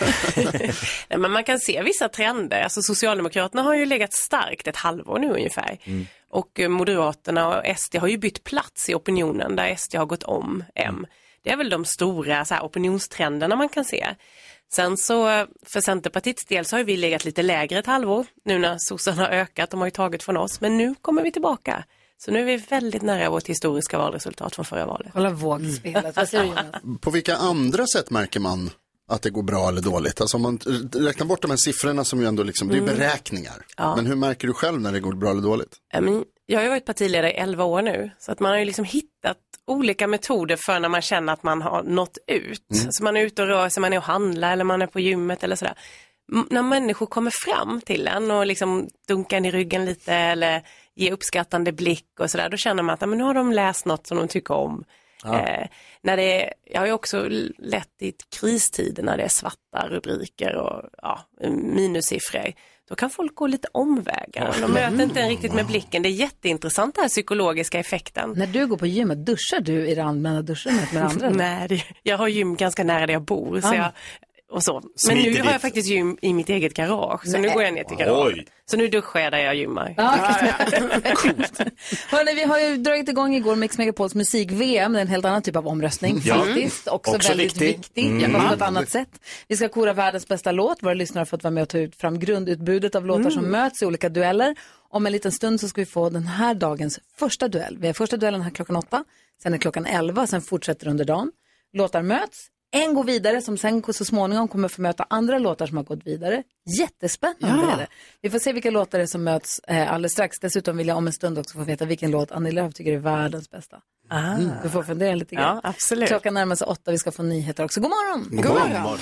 Nej, men man kan se vissa trender. Alltså Socialdemokraterna har ju legat starkt ett halvår nu ungefär. Mm. Och Moderaterna och S D har ju bytt plats i opinionen där S D har gått om M. Det är väl de stora så här, opinionstrenderna man kan se. Sen så för Centerpartiets del så har vi legat lite lägre ett halvår. Nu när sossarna har ökat, de har ju tagit från oss. Men nu kommer vi tillbaka. Så nu är vi väldigt nära vårt historiska valresultat från förra valet. Kolla vågspelet. Vad säger du, Jonas? På vilka andra sätt märker man att det går bra eller dåligt? Alltså om man räknar bort de här siffrorna som ju ändå liksom, det är mm. beräkningar. Ja. Men hur märker du själv när det går bra eller dåligt? Men jag har ju varit partiledare i elva år nu. Så att man har ju liksom hittat olika metoder för när man känner att man har nått ut. Mm. Så man är ute och rör sig, man är och handlar eller man är på gymmet eller sådär. M- när människor kommer fram till en och liksom dunkar en i ryggen lite eller ger uppskattande blick och sådär. Då känner man att men nu har de läst något som de tycker om. Ja. Eh, när det är, jag har ju också lett i kristider när det är svarta rubriker och ja, minussiffror. då kan folk gå lite omvägar. De möter inte en riktigt med blicken. Det är jätteintressant den här psykologiska effekten. När du går på gymmet, duschar du i det allmänna duschrummet med andra? Nej, det, jag har gym ganska nära där jag bor. Så Ah. jag, och så. Men nu har jag faktiskt gym i mitt eget garage. Så Nej. nu går jag ner till garage. Oj. Så nu duschar jag där jag gymmar. Ah, Hörrni, vi har ju dragit igång igår Mix Megapols musik-V M. Det är en helt annan typ av omröstning Ja. faktiskt. Också, Också väldigt viktig. viktig. Mm. Mm. På ett annat sätt. Vi ska kora världens bästa låt. Våra lyssnare har fått vara med och ta ut fram grundutbudet av låtar Mm. som möts i olika dueller. Om en liten stund så ska vi få den här dagens första duell. Vi har första duellen här klockan åtta. Sen är klockan elva. Sen fortsätter under dagen. Låtar möts. En går vidare som sen så småningom kommer få möta andra låtar som har gått vidare. Jättespännande Ja. är det. Vi får se vilka låtar det är som möts eh, alldeles strax. Dessutom vill jag om en stund också få veta vilken låt Annie Lööf tycker är världens bästa. Ah. Mm. Du får fundera lite grann. Ja, absolut. Klockan närmar sig åtta, vi ska få nyheter också. God morgon! God morgon. God morgon.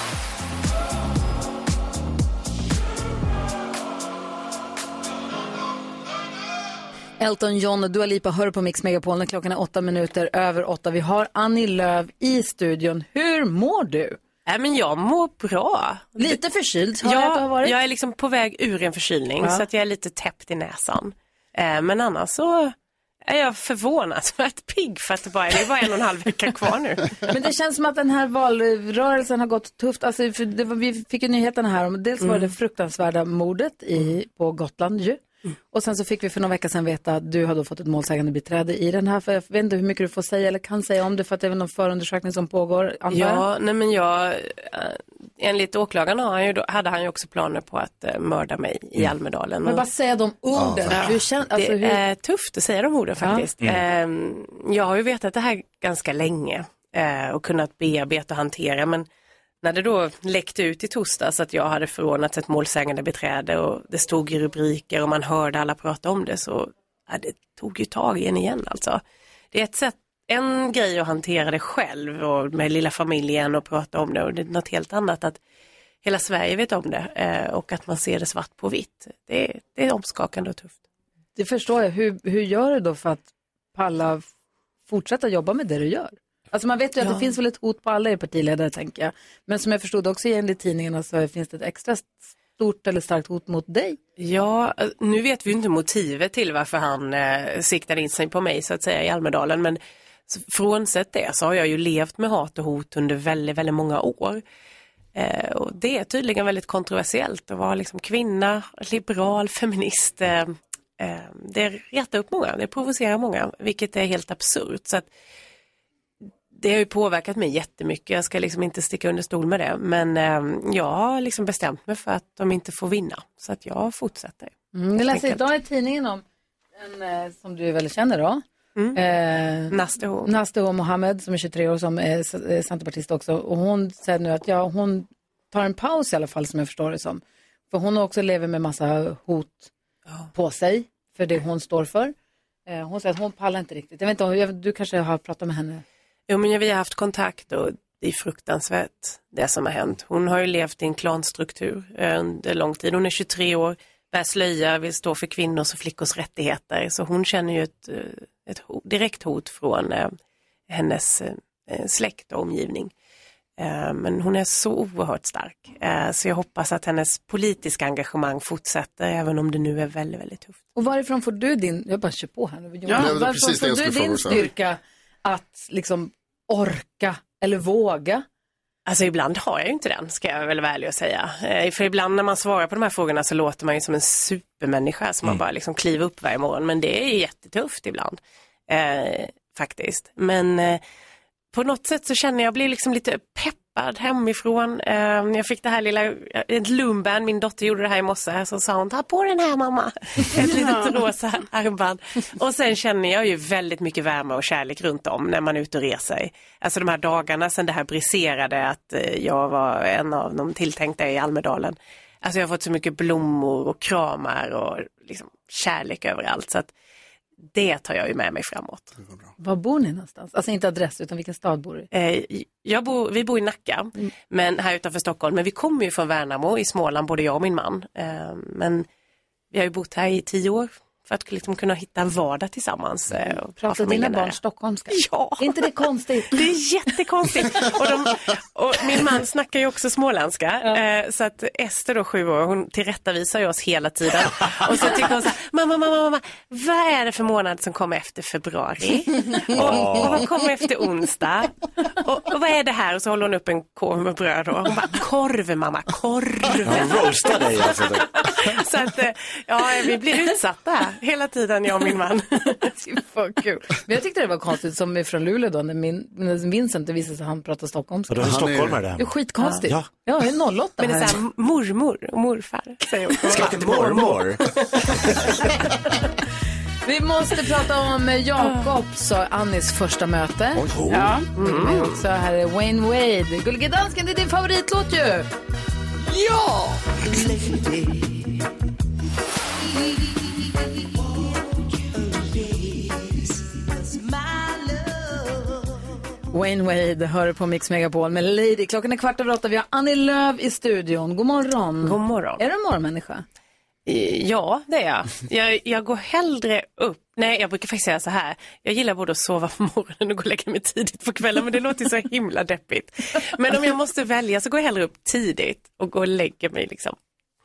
Elton John och Dua Lipa hör på Mix Megapol när klockan är åtta minuter över åtta. Vi har Annie Lööf i studion. Hur mår du? Nej, men jag mår bra. Lite förkyld har jag, Ja, att du har varit. jag är liksom på väg ur en förkylning Ja. så att jag är lite täppt i näsan. Eh, men annars så är jag förvånansvärt pigg för att det bara är, det bara en och en halv vecka kvar nu. Men det känns som att den här valrörelsen har gått tufft. Alltså, för det var, vi fick ju nyheterna här om, dels var det Mm. fruktansvärda mordet i, på Gotland ju. Mm. Och sen så fick vi för några veckor sedan veta att du har då fått ett målsägande beträde i den här. För jag vet inte hur mycket du får säga eller kan säga om det, för att det är väl någon förundersökning som pågår, antar jag. Ja, nej men jag, eh, enligt åklagarna har han ju då, hade han ju också planer på att eh, mörda mig i Almedalen. Men bara säga de orden. Ja. Hur känns, alltså, det hur... är tufft att säga de orden faktiskt. Ja. Mm. Jag har ju vetat det här ganska länge eh, och kunnat bearbeta och hantera, men när det då läckte ut i torsdags att jag hade förordnat ett målsägande beträde och det stod i rubriker och man hörde alla prata om det, så ja, det tog ju tag i en igen alltså. Det är ett sätt, en grej att hantera det själv och med lilla familjen och prata om det, och det är något helt annat att hela Sverige vet om det eh, och att man ser det svart på vitt. Det är, det är omskakande och tufft. Det förstår jag. Hur, hur gör du då för att palla fortsätta jobba med det du gör? Alltså man vet ju att Ja. det finns väl ett hot på alla er partiledare, tänker jag. Men som jag förstod också enligt tidningarna så finns det ett extra stort eller starkt hot mot dig. Ja, nu vet vi ju inte motivet till varför han eh, siktade in sig på mig så att säga i Almedalen, men frånsett det så har jag ju levt med hat och hot under väldigt, väldigt många år. Eh, och det är tydligen väldigt kontroversiellt att vara liksom kvinna, liberal, feminist. Eh, eh, det retar upp många, det provocerar många, vilket är helt absurt. Så att det har ju påverkat mig jättemycket, jag ska liksom inte sticka under stol med det. Men eh, jag har liksom bestämt mig för att de inte får vinna, så att jag fortsätter. Mm, jag läste idag i tidningen om en eh, som du väl känner då. Mm. Eh, Nasteho. Nasteho Mohammed som är tjugotre år, som är s- är centerpartist också. Och hon säger nu att ja, hon tar en paus i alla fall, som jag förstår det som. För hon också lever med massa hot på sig för det hon står för. Eh, hon säger att hon pallar inte riktigt. Jag vet inte, om- jag- du kanske har pratat med henne. Jo, men vi har haft kontakt och det är fruktansvärt det som har hänt. Hon har ju levt i en klanstruktur eh, under lång tid. Hon är tjugotre år, bär slöja, vill stå för kvinnors och flickors rättigheter. Så hon känner ju ett, eh, ett hot, direkt hot från eh, hennes eh, släkt och omgivning. Eh, men hon är så oerhört stark. Eh, så jag hoppas att hennes politiska engagemang fortsätter, även om det nu är väldigt, väldigt tufft. Och varifrån får du din, jag bara kör på här nu. Ja, det var varifrån precis det får jag du skulle fråga din också. styrka att liksom orka eller våga? Alltså ibland har jag ju inte den, ska jag väl vara ärlig och säga. Eh, för ibland när man svarar på de här frågorna så låter man ju som en supermänniska som man bara liksom kliver upp varje morgon. Men det är jättetufft ibland, eh, faktiskt. Men eh, på något sätt så känner jag, jag blir liksom lite peppad hemifrån. Eh, jag fick det här lilla, ett lumband, min dotter gjorde det här i morse, så sa hon, ta på den här mamma. Ett litet rosa armband. Och sen känner jag ju väldigt mycket värme och kärlek runt om när man är ute och reser. Alltså de här dagarna sedan det här briserade att eh, jag var en av de tilltänkta i Almedalen. Alltså jag har fått så mycket blommor och kramar och liksom kärlek överallt, så att det tar jag ju med mig framåt. Var bor ni någonstans? Alltså inte adress, utan vilken stad bor du i? Eh, jag bor, vi bor i Nacka, Mm. men här utanför Stockholm. Men vi kommer ju från Värnamo i Småland, både jag och min man. Eh, men vi har ju bott här i tio år för att liksom kunna hitta en vardag tillsammans. Eh, och pratar dina barn stockholmska? Ja. Är inte det konstigt? Det är jättekonstigt. och, de, och min man snackar ju också småländska. Ja. Eh, så att Ester då, sju år, hon tillrättavisar ju oss hela tiden. Och så tycker hon så här, mamma, mamma, mamma, vad är det för månad som kommer efter februari? och, och vad kommer efter onsdag? Och, och vad är det här? Och så håller hon upp en korv med bröd och hon bara, korv mamma, korv. Hon roastar dig alltså. Så att, ja, vi blir utsatta hela tiden, jag och min man. För kul. Men jag tyckte det var konstigt som från Luleå då, när min när Vincent visade sig att han pratar stockholmska. Och då är stockholmare det. Det är skitkonstigt. Ja. Ja, det är noll åtta Men det är så här, mormor och morfar. Säger jag. Ska inte mormor? Vi måste prata om Jakobs och Annis första möte. Oh. Ja. Mm. Så här är Wayne Wade. Gullige dansken, det är din favoritlåt ju. Ja! Wayne Wade hör på Mix Megapol med Lady. Klockan är kvart över åtta. Vi har Annie Lööf i studion. God morgon. God morgon. Är du en morgonmänniska? Ja, det är jag. jag. Jag går hellre upp. Nej, jag brukar faktiskt säga så här. Jag gillar både att sova på morgonen och gå och lägga mig tidigt på kvällen. Men det låter så himla deppigt. Men om jag måste välja så går jag hellre upp tidigt och går och lägger mig liksom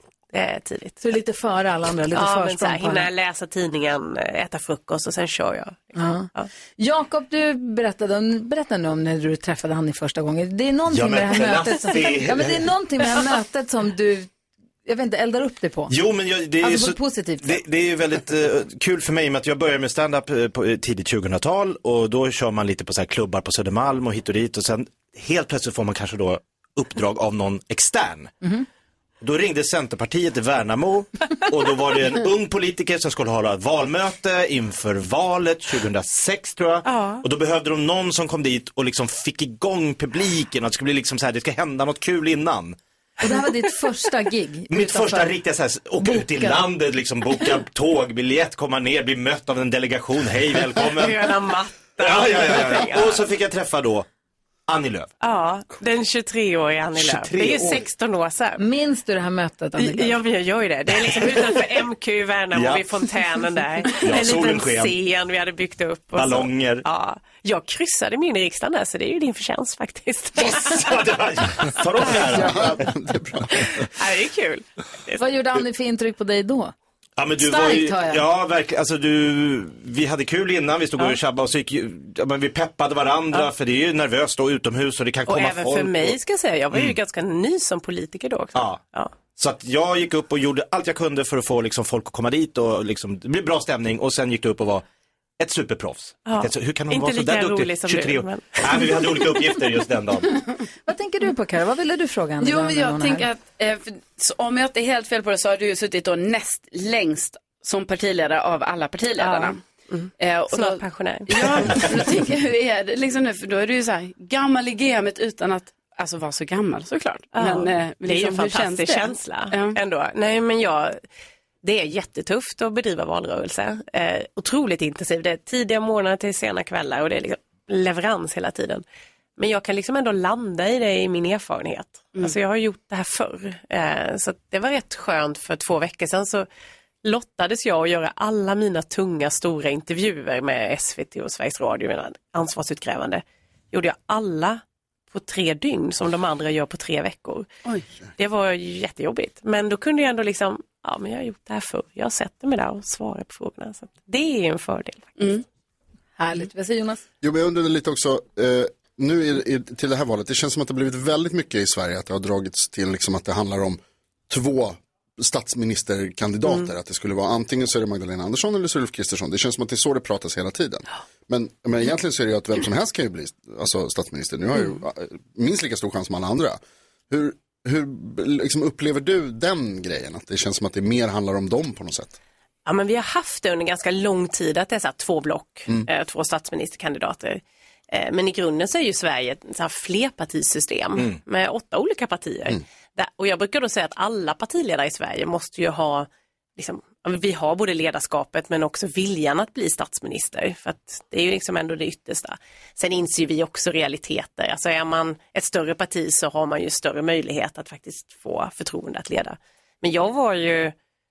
eh, tidigt. Så lite före alla andra, lite ja, försprång men så här, hinna läsa tidningen, äta frukost och sen kör jag. Ja. Ja. Jakob, du berättade, berättade nu om när du träffade han i första gången. Det är någonting ja, med det här mötet som, det... ja, men det är någonting med det här mötet som du, jag vet inte, eldar upp dig på. Jo, men jag, det är alltså så, positivt. Det, det är ju väldigt uh, kul för mig med att jag började med stand-up uh, på uh, tidigt tjugohundratal och då kör man lite på så här klubbar på Södermalm och hit och dit och sen helt plötsligt får man kanske då uppdrag av någon extern. Mm-hmm. Då ringde Centerpartiet i Värnamo och då var det en ung politiker som skulle hålla ett valmöte inför valet tjugohundrasex tror jag. Ja. Och då behövde de någon som kom dit och liksom fick igång publiken och det skulle bli liksom så här, det ska hända något kul innan. Och det här var ditt första gig? Mitt första riktiga så här, åka ut i landet, liksom boka tågbiljett, komma ner, bli mött av en delegation, hej välkommen. Röda mattan. Ja, ja, ja, ja. Och så fick jag träffa då Annie Lööf. Ja, den tjugotreåriga Annie Lööf. Det är ju sexton år sedan. Minns du det här mötet, Annie Lööf? Ja, jag gör ju det. Det är liksom utanför M Q i Värnamo ja. vid fontänen där. Ja, en liten scen vi hade byggt upp. Och ballonger. Så. Ja, jag kryssade mig in i riksdagen där, så det är ju din förtjänst faktiskt. Ja, det var... Ta dem här. Ja, det är bra. Ja, det är kul. Vad gjorde Annie för intryck på dig då? Ja, men du Starkt, var ju, har jag. ja, verkligen, alltså du, vi hade kul innan, vi stod ja. och tjabbade och så gick, ja, men vi peppade varandra ja. för det är ju nervöst då utomhus och det kan och komma även folk. för mig och... ska jag säga, jag var ju mm. ganska ny som politiker då också. Ja. ja. Så att jag gick upp och gjorde allt jag kunde för att få liksom folk att komma dit och liksom, det blev bra stämning och sen gick det upp och var ett superproffs. Ja. Alltså, hur kan hon inte vara så där duktig? Rolig som tjugotre du, år. men... Nej, men vi hade olika uppgifter just den dagen. Vad tänker du på, Karo? Vad ville du fråga Annie? Jo, men jag tänker att eh, för, så, om jag inte är helt fel på det så har du ju suttit då näst längst som partiledare av alla partiledarna. Ja. Mm. Eh, och Snart då, pensionär. Ja, då tänker jag, hur är det liksom nu? För då är du ju så här gammal i gamet utan att alltså vara så gammal såklart. Ja. Men, eh, det är ju liksom, en fantastisk känsla ja. ändå. Nej, men jag, det är jättetufft att bedriva valrörelse. Eh, otroligt intensivt. Det är tidiga morgnar till sena kvällar och det är liksom leverans hela tiden. Men jag kan liksom ändå landa i det i min erfarenhet. Mm. Alltså jag har gjort det här förr. Eh, så det var rätt skönt för två veckor sedan så lottades jag att göra alla mina tunga stora intervjuer med S V T och Sveriges Radio, ansvarsutkrävande. Gjorde jag alla på tre dygn som de andra gör på tre veckor. Oj. Det var jättejobbigt. Men då kunde jag ändå liksom, ja men jag har gjort det här förr. Jag sätter mig där och svarar på frågorna. Så det är en fördel faktiskt. Mm. Härligt. Vad säger Jonas? Jo, men jag undrar lite också, eh, nu i, i, till det här valet, det känns som att det har blivit väldigt mycket i Sverige att det har dragits till liksom att det handlar om två statsministerkandidater, mm. att det skulle vara antingen så är det Magdalena Andersson eller så är det Ulf Kristersson. Det känns som att det är så det pratas hela tiden. Men, men egentligen så är det ju att vem som helst kan ju bli alltså, statsminister. Nu har mm. ju minst lika stor chans som alla andra. Hur, hur liksom, upplever du den grejen? Att det känns som att det mer handlar om dem på något sätt? Ja, men vi har haft det under ganska lång tid att det är så här två block, Mm. eh, två statsministerkandidater. Eh, men i grunden så är ju Sverige ett så här flerpartisystem Mm. med åtta olika partier. Mm. Där, och jag brukar då säga att alla partiledare i Sverige måste ju ha, liksom, vi har både ledarskapet men också viljan att bli statsminister. För att det är ju liksom ändå det yttersta. Sen inser vi också realiteter. Alltså är man ett större parti så har man ju större möjlighet att faktiskt få förtroende att leda. Men jag var ju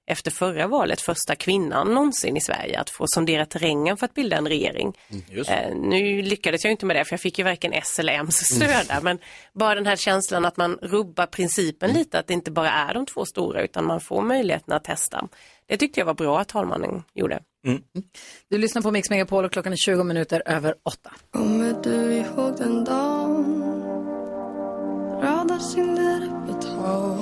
efter förra valet första kvinnan någonsin i Sverige att få sondera terrängen för att bilda en regering. Mm, eh, nu lyckades jag inte med det för jag fick ju varken S eller M's stöd där, men bara den här känslan att man rubbar principen Mm. lite, att det inte bara är de två stora utan man får möjligheten att testa. Det tyckte jag var bra att talmannen gjorde. Mm. Du lyssnar på Mix Megapol och klockan är tjugo minuter över åtta. Kommer du ihåg den dagen? Röda synder på tå.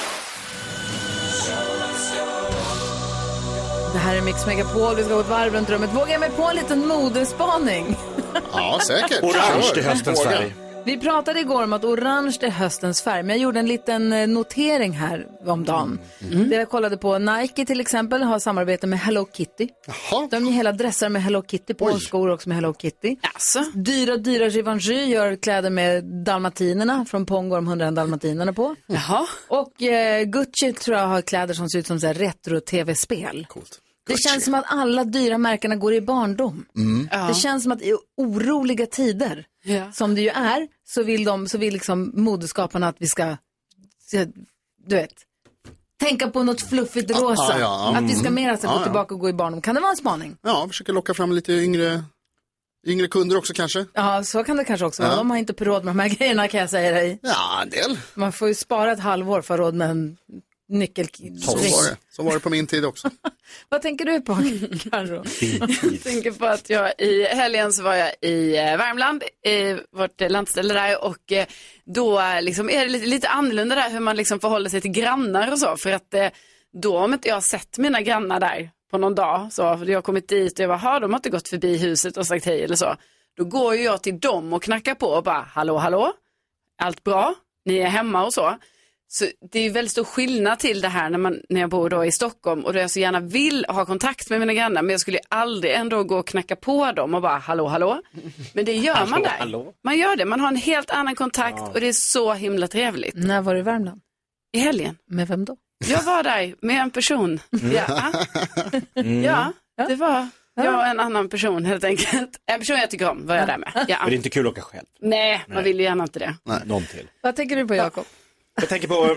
Det här är Mix Megapol, vi ska gå ett varv runt rummet. Vågar jag mig på en liten modespaning? Ja, säkert. Orange till höstens färg. Vi pratade igår om att orange är höstens färg, men jag gjorde en liten eh, notering här om dagen. Mm. Det jag kollade på, Nike till exempel har samarbete med Hello Kitty. Jaha. De har hela dressar med Hello Kitty på, och skor också med Hello Kitty. Alltså. Dyra, dyra Givenchy gör kläder med dalmatinerna, från Pongo, de hundra dalmatinerna på. Jaha. Och eh, Gucci tror jag har kläder som ser ut som så här retro-tv-spel. Coolt. Det känns som att alla dyra märkena går i barndom. Mm. Ja. Det känns som att i oroliga tider, Ja. som det ju är, så vill de, så vill liksom modeskaparna att vi ska, du vet, tänka på något fluffigt rosa. Ah, ja, att vi ska mer alltså ah, gå ja. tillbaka och gå i barndom. Kan det vara en spaning? Ja, försöker locka fram lite yngre, yngre kunder också kanske. Ja, så kan det kanske också vara. Ja. De har inte råd med de här grejerna, kan jag säga dig. Ja, en del. Man får ju spara ett halvår för råd med en nyckel. Så var det. Så var det på min tid också. Vad tänker du på, Karo? Jag tänker på att jag i helgen så var jag i eh, Värmland, i vårt eh, landställe där, och eh, då eh, liksom är det lite, lite annorlunda där hur man liksom förhåller sig till grannar och så, för att eh, då om inte jag har sett mina grannar där på någon dag, så för jag har kommit dit och jag bara, de har inte gått förbi huset och sagt hej eller så, då går ju jag till dem och knackar på och bara, hallå hallå, allt bra, ni är hemma och så. Så det är ju väldigt stor skillnad till det här när, man, när jag bor då i Stockholm och då jag så gärna vill ha kontakt med mina grannar, men jag skulle aldrig ändå gå och knacka på dem och bara hallå hallå. Men det gör man där. Hallå. Man gör det, man har en helt annan kontakt ja. Och det är så himla trevligt. När var du i Värmland? I helgen. Med vem då? Jag var där med en person. Mm. Ja. Mm. ja, det var jag och en annan person helt enkelt. En person jag tycker om var jag där med. Ja. Men det är inte kul att åka själv. Nej, man vill ju gärna inte det. Nej. Någon till. Vad tänker du på, Jakob? Jag tänker på...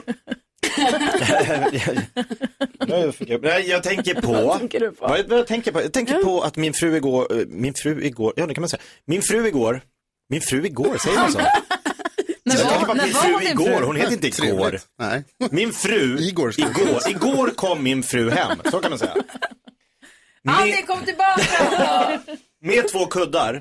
Nej, jag tänker på... Vad tänker du på? Vad, vad jag tänker på? Jag tänker ja. på att min fru igår... Min fru igår... Ja, det kan man säga. Min fru igår... Min fru igår, säger man så? När jag var, tänker på att min fru din igår, fru? hon heter inte igår. Nej. Min fru Igor, igår, igår kom min fru hem, så kan man säga. Annie, kom tillbaka! Med två kuddar.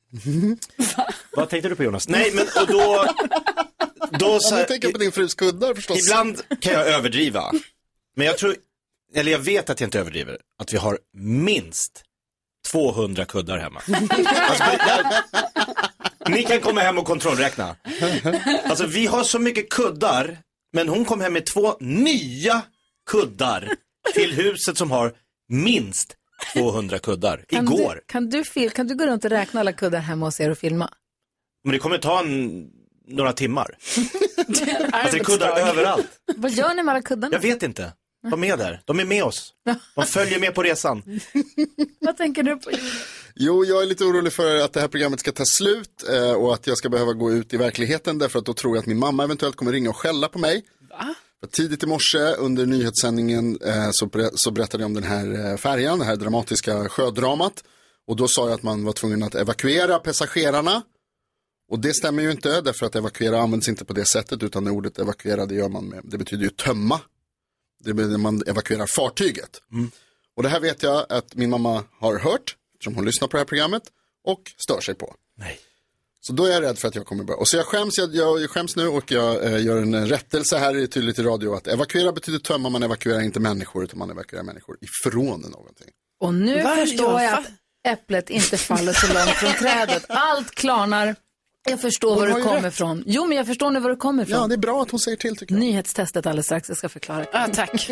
Vad tänkte du på, Jonas? Nej, men och då... då så här, jag tänker på din frus kuddar förstås. Ibland kan jag överdriva. Men jag tror, eller jag vet att jag inte överdriver, att vi har minst tvåhundra kuddar hemma. Alltså, jag, ni kan komma hem och kontrollräkna. Alltså vi har så mycket kuddar, men hon kom hem med två nya kuddar till huset som har minst tvåhundra kuddar. Kan igår. Du, kan, du fil, kan du gå runt och räkna alla kuddar hemma hos er och filma? Men det kommer ta en, några timmar. Alltså det är kuddar överallt. Vad gör ni med alla kuddarna? Jag vet inte. De är där. De är med oss. De följer med på resan. Vad tänker du på? Jo, jag är lite orolig för att det här programmet ska ta slut eh, och att jag ska behöva gå ut i verkligheten, därför att då tror jag att min mamma eventuellt kommer ringa och skälla på mig. Va? För tidigt i morse under nyhetssändningen eh, så, ber- så berättade jag om den här eh, färjan, det här dramatiska sjödramat. Och då sa jag att man var tvungen att evakuera passagerarna. Och det stämmer ju inte, därför att evakuera används inte på det sättet, utan när ordet evakuera, det gör man med, det betyder ju tömma. Det betyder när man evakuerar fartyget. Mm. Och det här vet jag att min mamma har hört, eftersom hon lyssnar på det här programmet, och stör sig på. Nej. Så då är jag rädd för att jag kommer börja. Och så jag skäms, jag, jag skäms nu och jag eh, gör en rättelse här, är tydligt i radio, att evakuera betyder tömma, man evakuerar inte människor, utan man evakuerar människor ifrån någonting. Och nu Va? förstår jag Ja, att äpplet inte faller så långt från trädet. Allt klarnar. Jag förstår Hon var har du ju kommer rätt. ifrån. Jo, men jag förstår nu var du kommer ifrån. Ja, det är bra att hon säger till, tycker jag. Nyhetstestet alldeles strax, jag ska förklara. Ja, tack.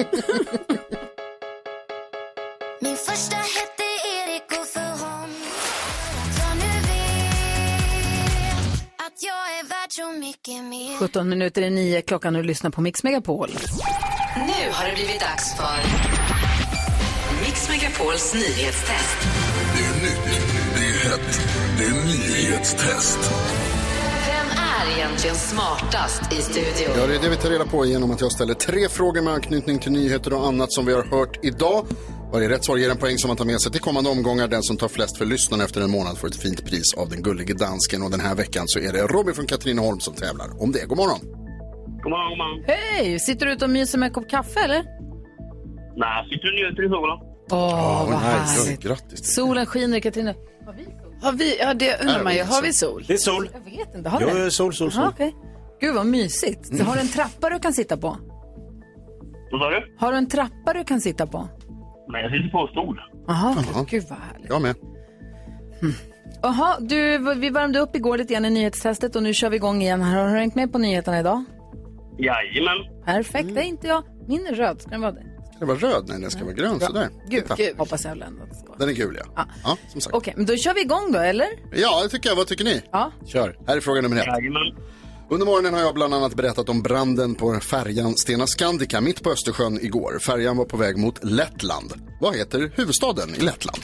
Min första hette Erik och för honom att jag nu vet att jag är värd så mycket mer. sjutton minuter i nio, klockan och lyssnar på Mix Megapol. Nu har det blivit dags för Mix Megapols nyhetstest. Det är nytt, det är hett, det är nyhetstest. Vem är egentligen smartast i studion? Ja, det är det vi tar reda på genom att jag ställer tre frågor med anknytning till nyheter och annat som vi har hört idag. Varje rätt svar ger en poäng som man tar med sig till kommande omgångar. Den som tar flest för lyssnarna efter en månad får ett fint pris av den gullige dansken. Och den här veckan så är det Robin från Katrineholm som tävlar om det. God morgon. God morgon, god morgon. Hej, sitter du ute och myser med en kopp kaffe eller? Nej, sitter du njuter i solen. Åh, oh, vad härligt. Grattis. Solen skiner, Katrine. Har vi sol? Har vi, ja, det undrar man ju. Har vi sol? Det är sol. Jag vet inte, har Jo, det? sol, sol, sol. Aha, okay. Gud vad mysigt. Mm. Har du en trappa du kan sitta på? Vad sa du? Har du en trappa du kan sitta på? Nej, jag sitter på en stol. Jaha, okay. Gud vad härligt. Jag med. Jaha, hmm. du, vi värmde upp igår lite grann i nyhetstestet och nu kör vi igång igen. Har du hängt med på nyheterna idag? Jajamän. Perfekt, mm. Det är inte jag. Min är röd, ska den vara det? Ska det vara röd? Nej, den ska vara grön, sådär. Gul, gul. Hoppas jag ändå att det ska vara. Den är gul, ja. Ja, ja som sagt. Okej, okay, men då kör vi igång då, eller? Ja, det tycker jag. Vad tycker ni? Ja. Kör. Här är fråga nummer ett. Jajamän. Under morgonen har jag bland annat berättat om branden på färjan Stena Scandica mitt på Östersjön igår. Färjan var på väg mot Lettland. Vad heter huvudstaden i Lettland?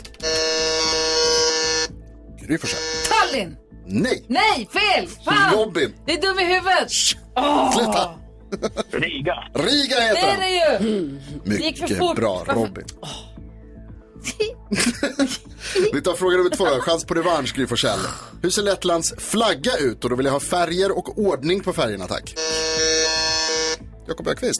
Gry Forssell. Tallinn! Nej! Nej, fel! Fan! Robin! Det är dum i huvudet! Oh. Sluta! Riga. Riga heter den! Det är det ju! Mycket det gick för bra, Robin. Oh. Vi tar fråga nummer två. Chans på revansch, Gry Forssell. Hur ser Lettlands flagga ut? Och då vill jag ha färger och ordning på färgerna, tack. Jakob Öqvist.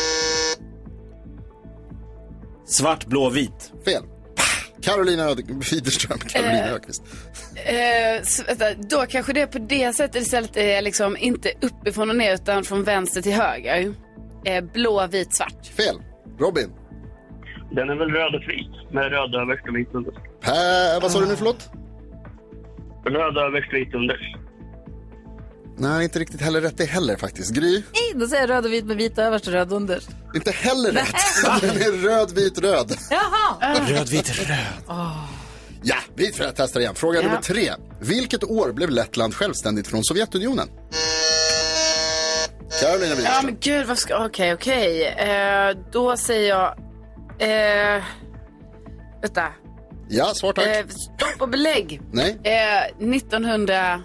Svart, blå, vit. Fel. Carolina Widerström, Carolina eh, Öqvist. Eh, så, vänta, då kanske det är på det sättet istället är liksom inte uppifrån och ner utan från vänster till höger. Eh, blå, vit, svart. Fel. Robin. Den är väl röd och vit med röd överst och vit under. Pä, vad sa du nu, förlåt? Röd överst och vit under. Nej, inte riktigt heller rätt det heller faktiskt. Gry? Nej, då säger jag röd och vit med vit överst och röd under. Inte heller rätt. Den är röd, vit, röd. Jaha. Röd, vit, röd. Oh. Ja, vi får testa igen. Fråga ja. nummer tre. Vilket år blev Lettland självständigt från Sovjetunionen? Carolina Widerström. Ja, men gud, vad ska... Okej, okej. Eh, då säger jag... Eh, vänta. Ja, svar tack. Eh, stopp och belägg. Nej. Eh, nittonhundraåttioett.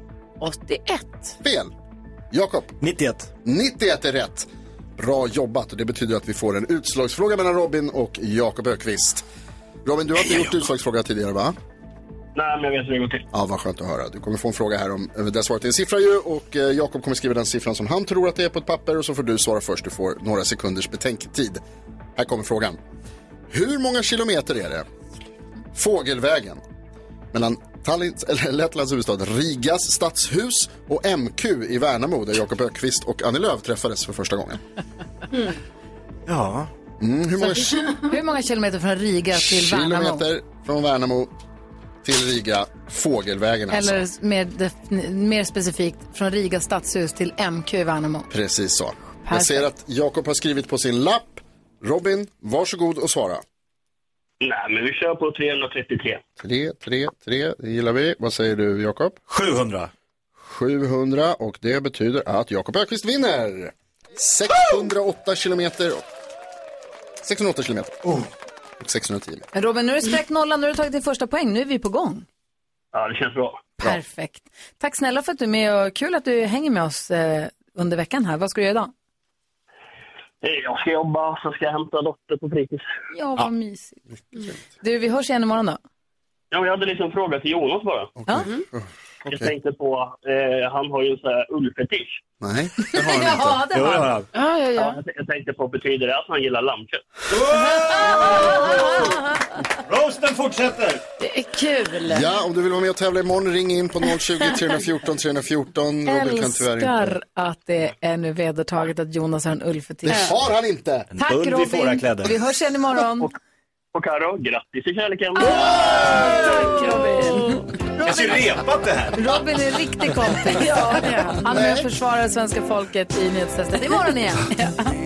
Fel. Jakob. nittioett. nittioett är rätt. Bra jobbat, och det betyder att vi får en utslagsfråga mellan Robin och Jakob Öqvist. Robin, du har inte gjort utslagsfråga tidigare, va? Nej, men jag vet hur det går till. Ja, vad skönt att höra. Du kommer få en fråga här om det svaret är en siffra ju. Och eh, Jakob kommer skriva den siffran som han tror att det är på ett papper. Och så får du svara först. Du får några sekunders betänketid. Här kommer frågan. Hur många kilometer är det fågelvägen mellan Tallinns, eller Lettlands huvudstad Rigas stadshus och M Q i Värnamo, där Jakob Öqvist och Annie Lööf träffades för första gången? Mm. Ja. Mm, hur, många ki- hur många kilometer från Riga till kilometer Värnamo? Kilometer från Värnamo till Riga, fågelvägen alltså. Eller mer, mer specifikt, från Riga stadshus till M Q i Värnamo. Precis så. Perfekt. Jag ser att Jakob har skrivit på sin lapp. Robin, varsågod och svara. Nej, men vi kör på trehundratrettiotre. tre, tre, tre, det gillar vi. Vad säger du, Jakob? sjuhundra. sjuhundra, och det betyder att Jakob Öqvist vinner. sexhundraåtta kilometer. sexhundraåtta kilometer. Oh. Och sexhundratio. Men Robin, nu har du spräckt nollan, nu har du tagit din första poäng. Nu är vi på gång. Ja, det känns bra. Perfekt. Tack snälla för att du är med, och kul att du hänger med oss eh, under veckan här. Vad ska du göra idag? Jag ska jobba, så ska jag hämta dotter på fritids. Ja, vad ja. mysigt. Du, vi hörs igen imorgon då. Ja, jag hade liksom en fråga till Jonas bara. Okay. Ja? Mm. Jag okay. tänkte på, eh, han har ju en sån här ullfetisch. Nej, det har han inte. Ja, det har han. Ja, ja, ja. Ja, jag tänkte på, betyder det att han gillar lammkött? Roasten fortsätter. Det är kul. Ja, om du vill vara med och tävla imorgon, ring in på noll tjugo, tre fjorton, tre fjorton. Robin kan tyvärr inte. Älskar att det är nu vedertaget att Jonas har en ullfetisch. Det har han inte. Tack Robin. Vi hörs igen imorgon. Och, och Karo, grattis i kärleken. Oh! Tack Robin. Jag ser repat det här. Robin är en riktig kompis. Ja, det är han. Han är med och försvarar svenska folket i nyhetstestet. Imorgon igen. Ja.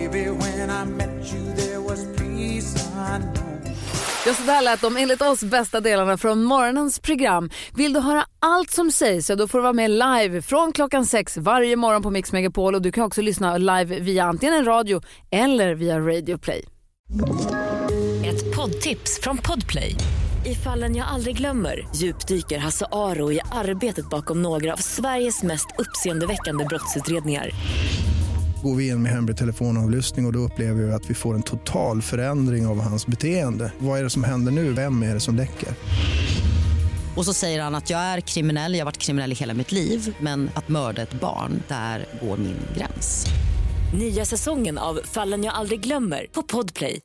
Ja, så där lät de enligt oss bästa delarna från morgonens program. Vill du höra allt som sägs, så då får du vara med live från klockan sex varje morgon på Mix Megapol. Och du kan också lyssna live via antingen en radio eller via Radio Play. Ett poddtips från Podplay. I Fallen jag aldrig glömmer djupdyker Hasse Aro i arbetet bakom några av Sveriges mest uppseendeväckande brottsutredningar. Går vi in med hemlig telefonavlyssning och, och då upplever vi att vi får en total förändring av hans beteende. Vad är det som händer nu? Vem är det som läcker? Och så säger han att jag är kriminell, jag har varit kriminell i hela mitt liv. Men att mörda ett barn, där går min gräns. Nya säsongen av Fallen jag aldrig glömmer på Podplay.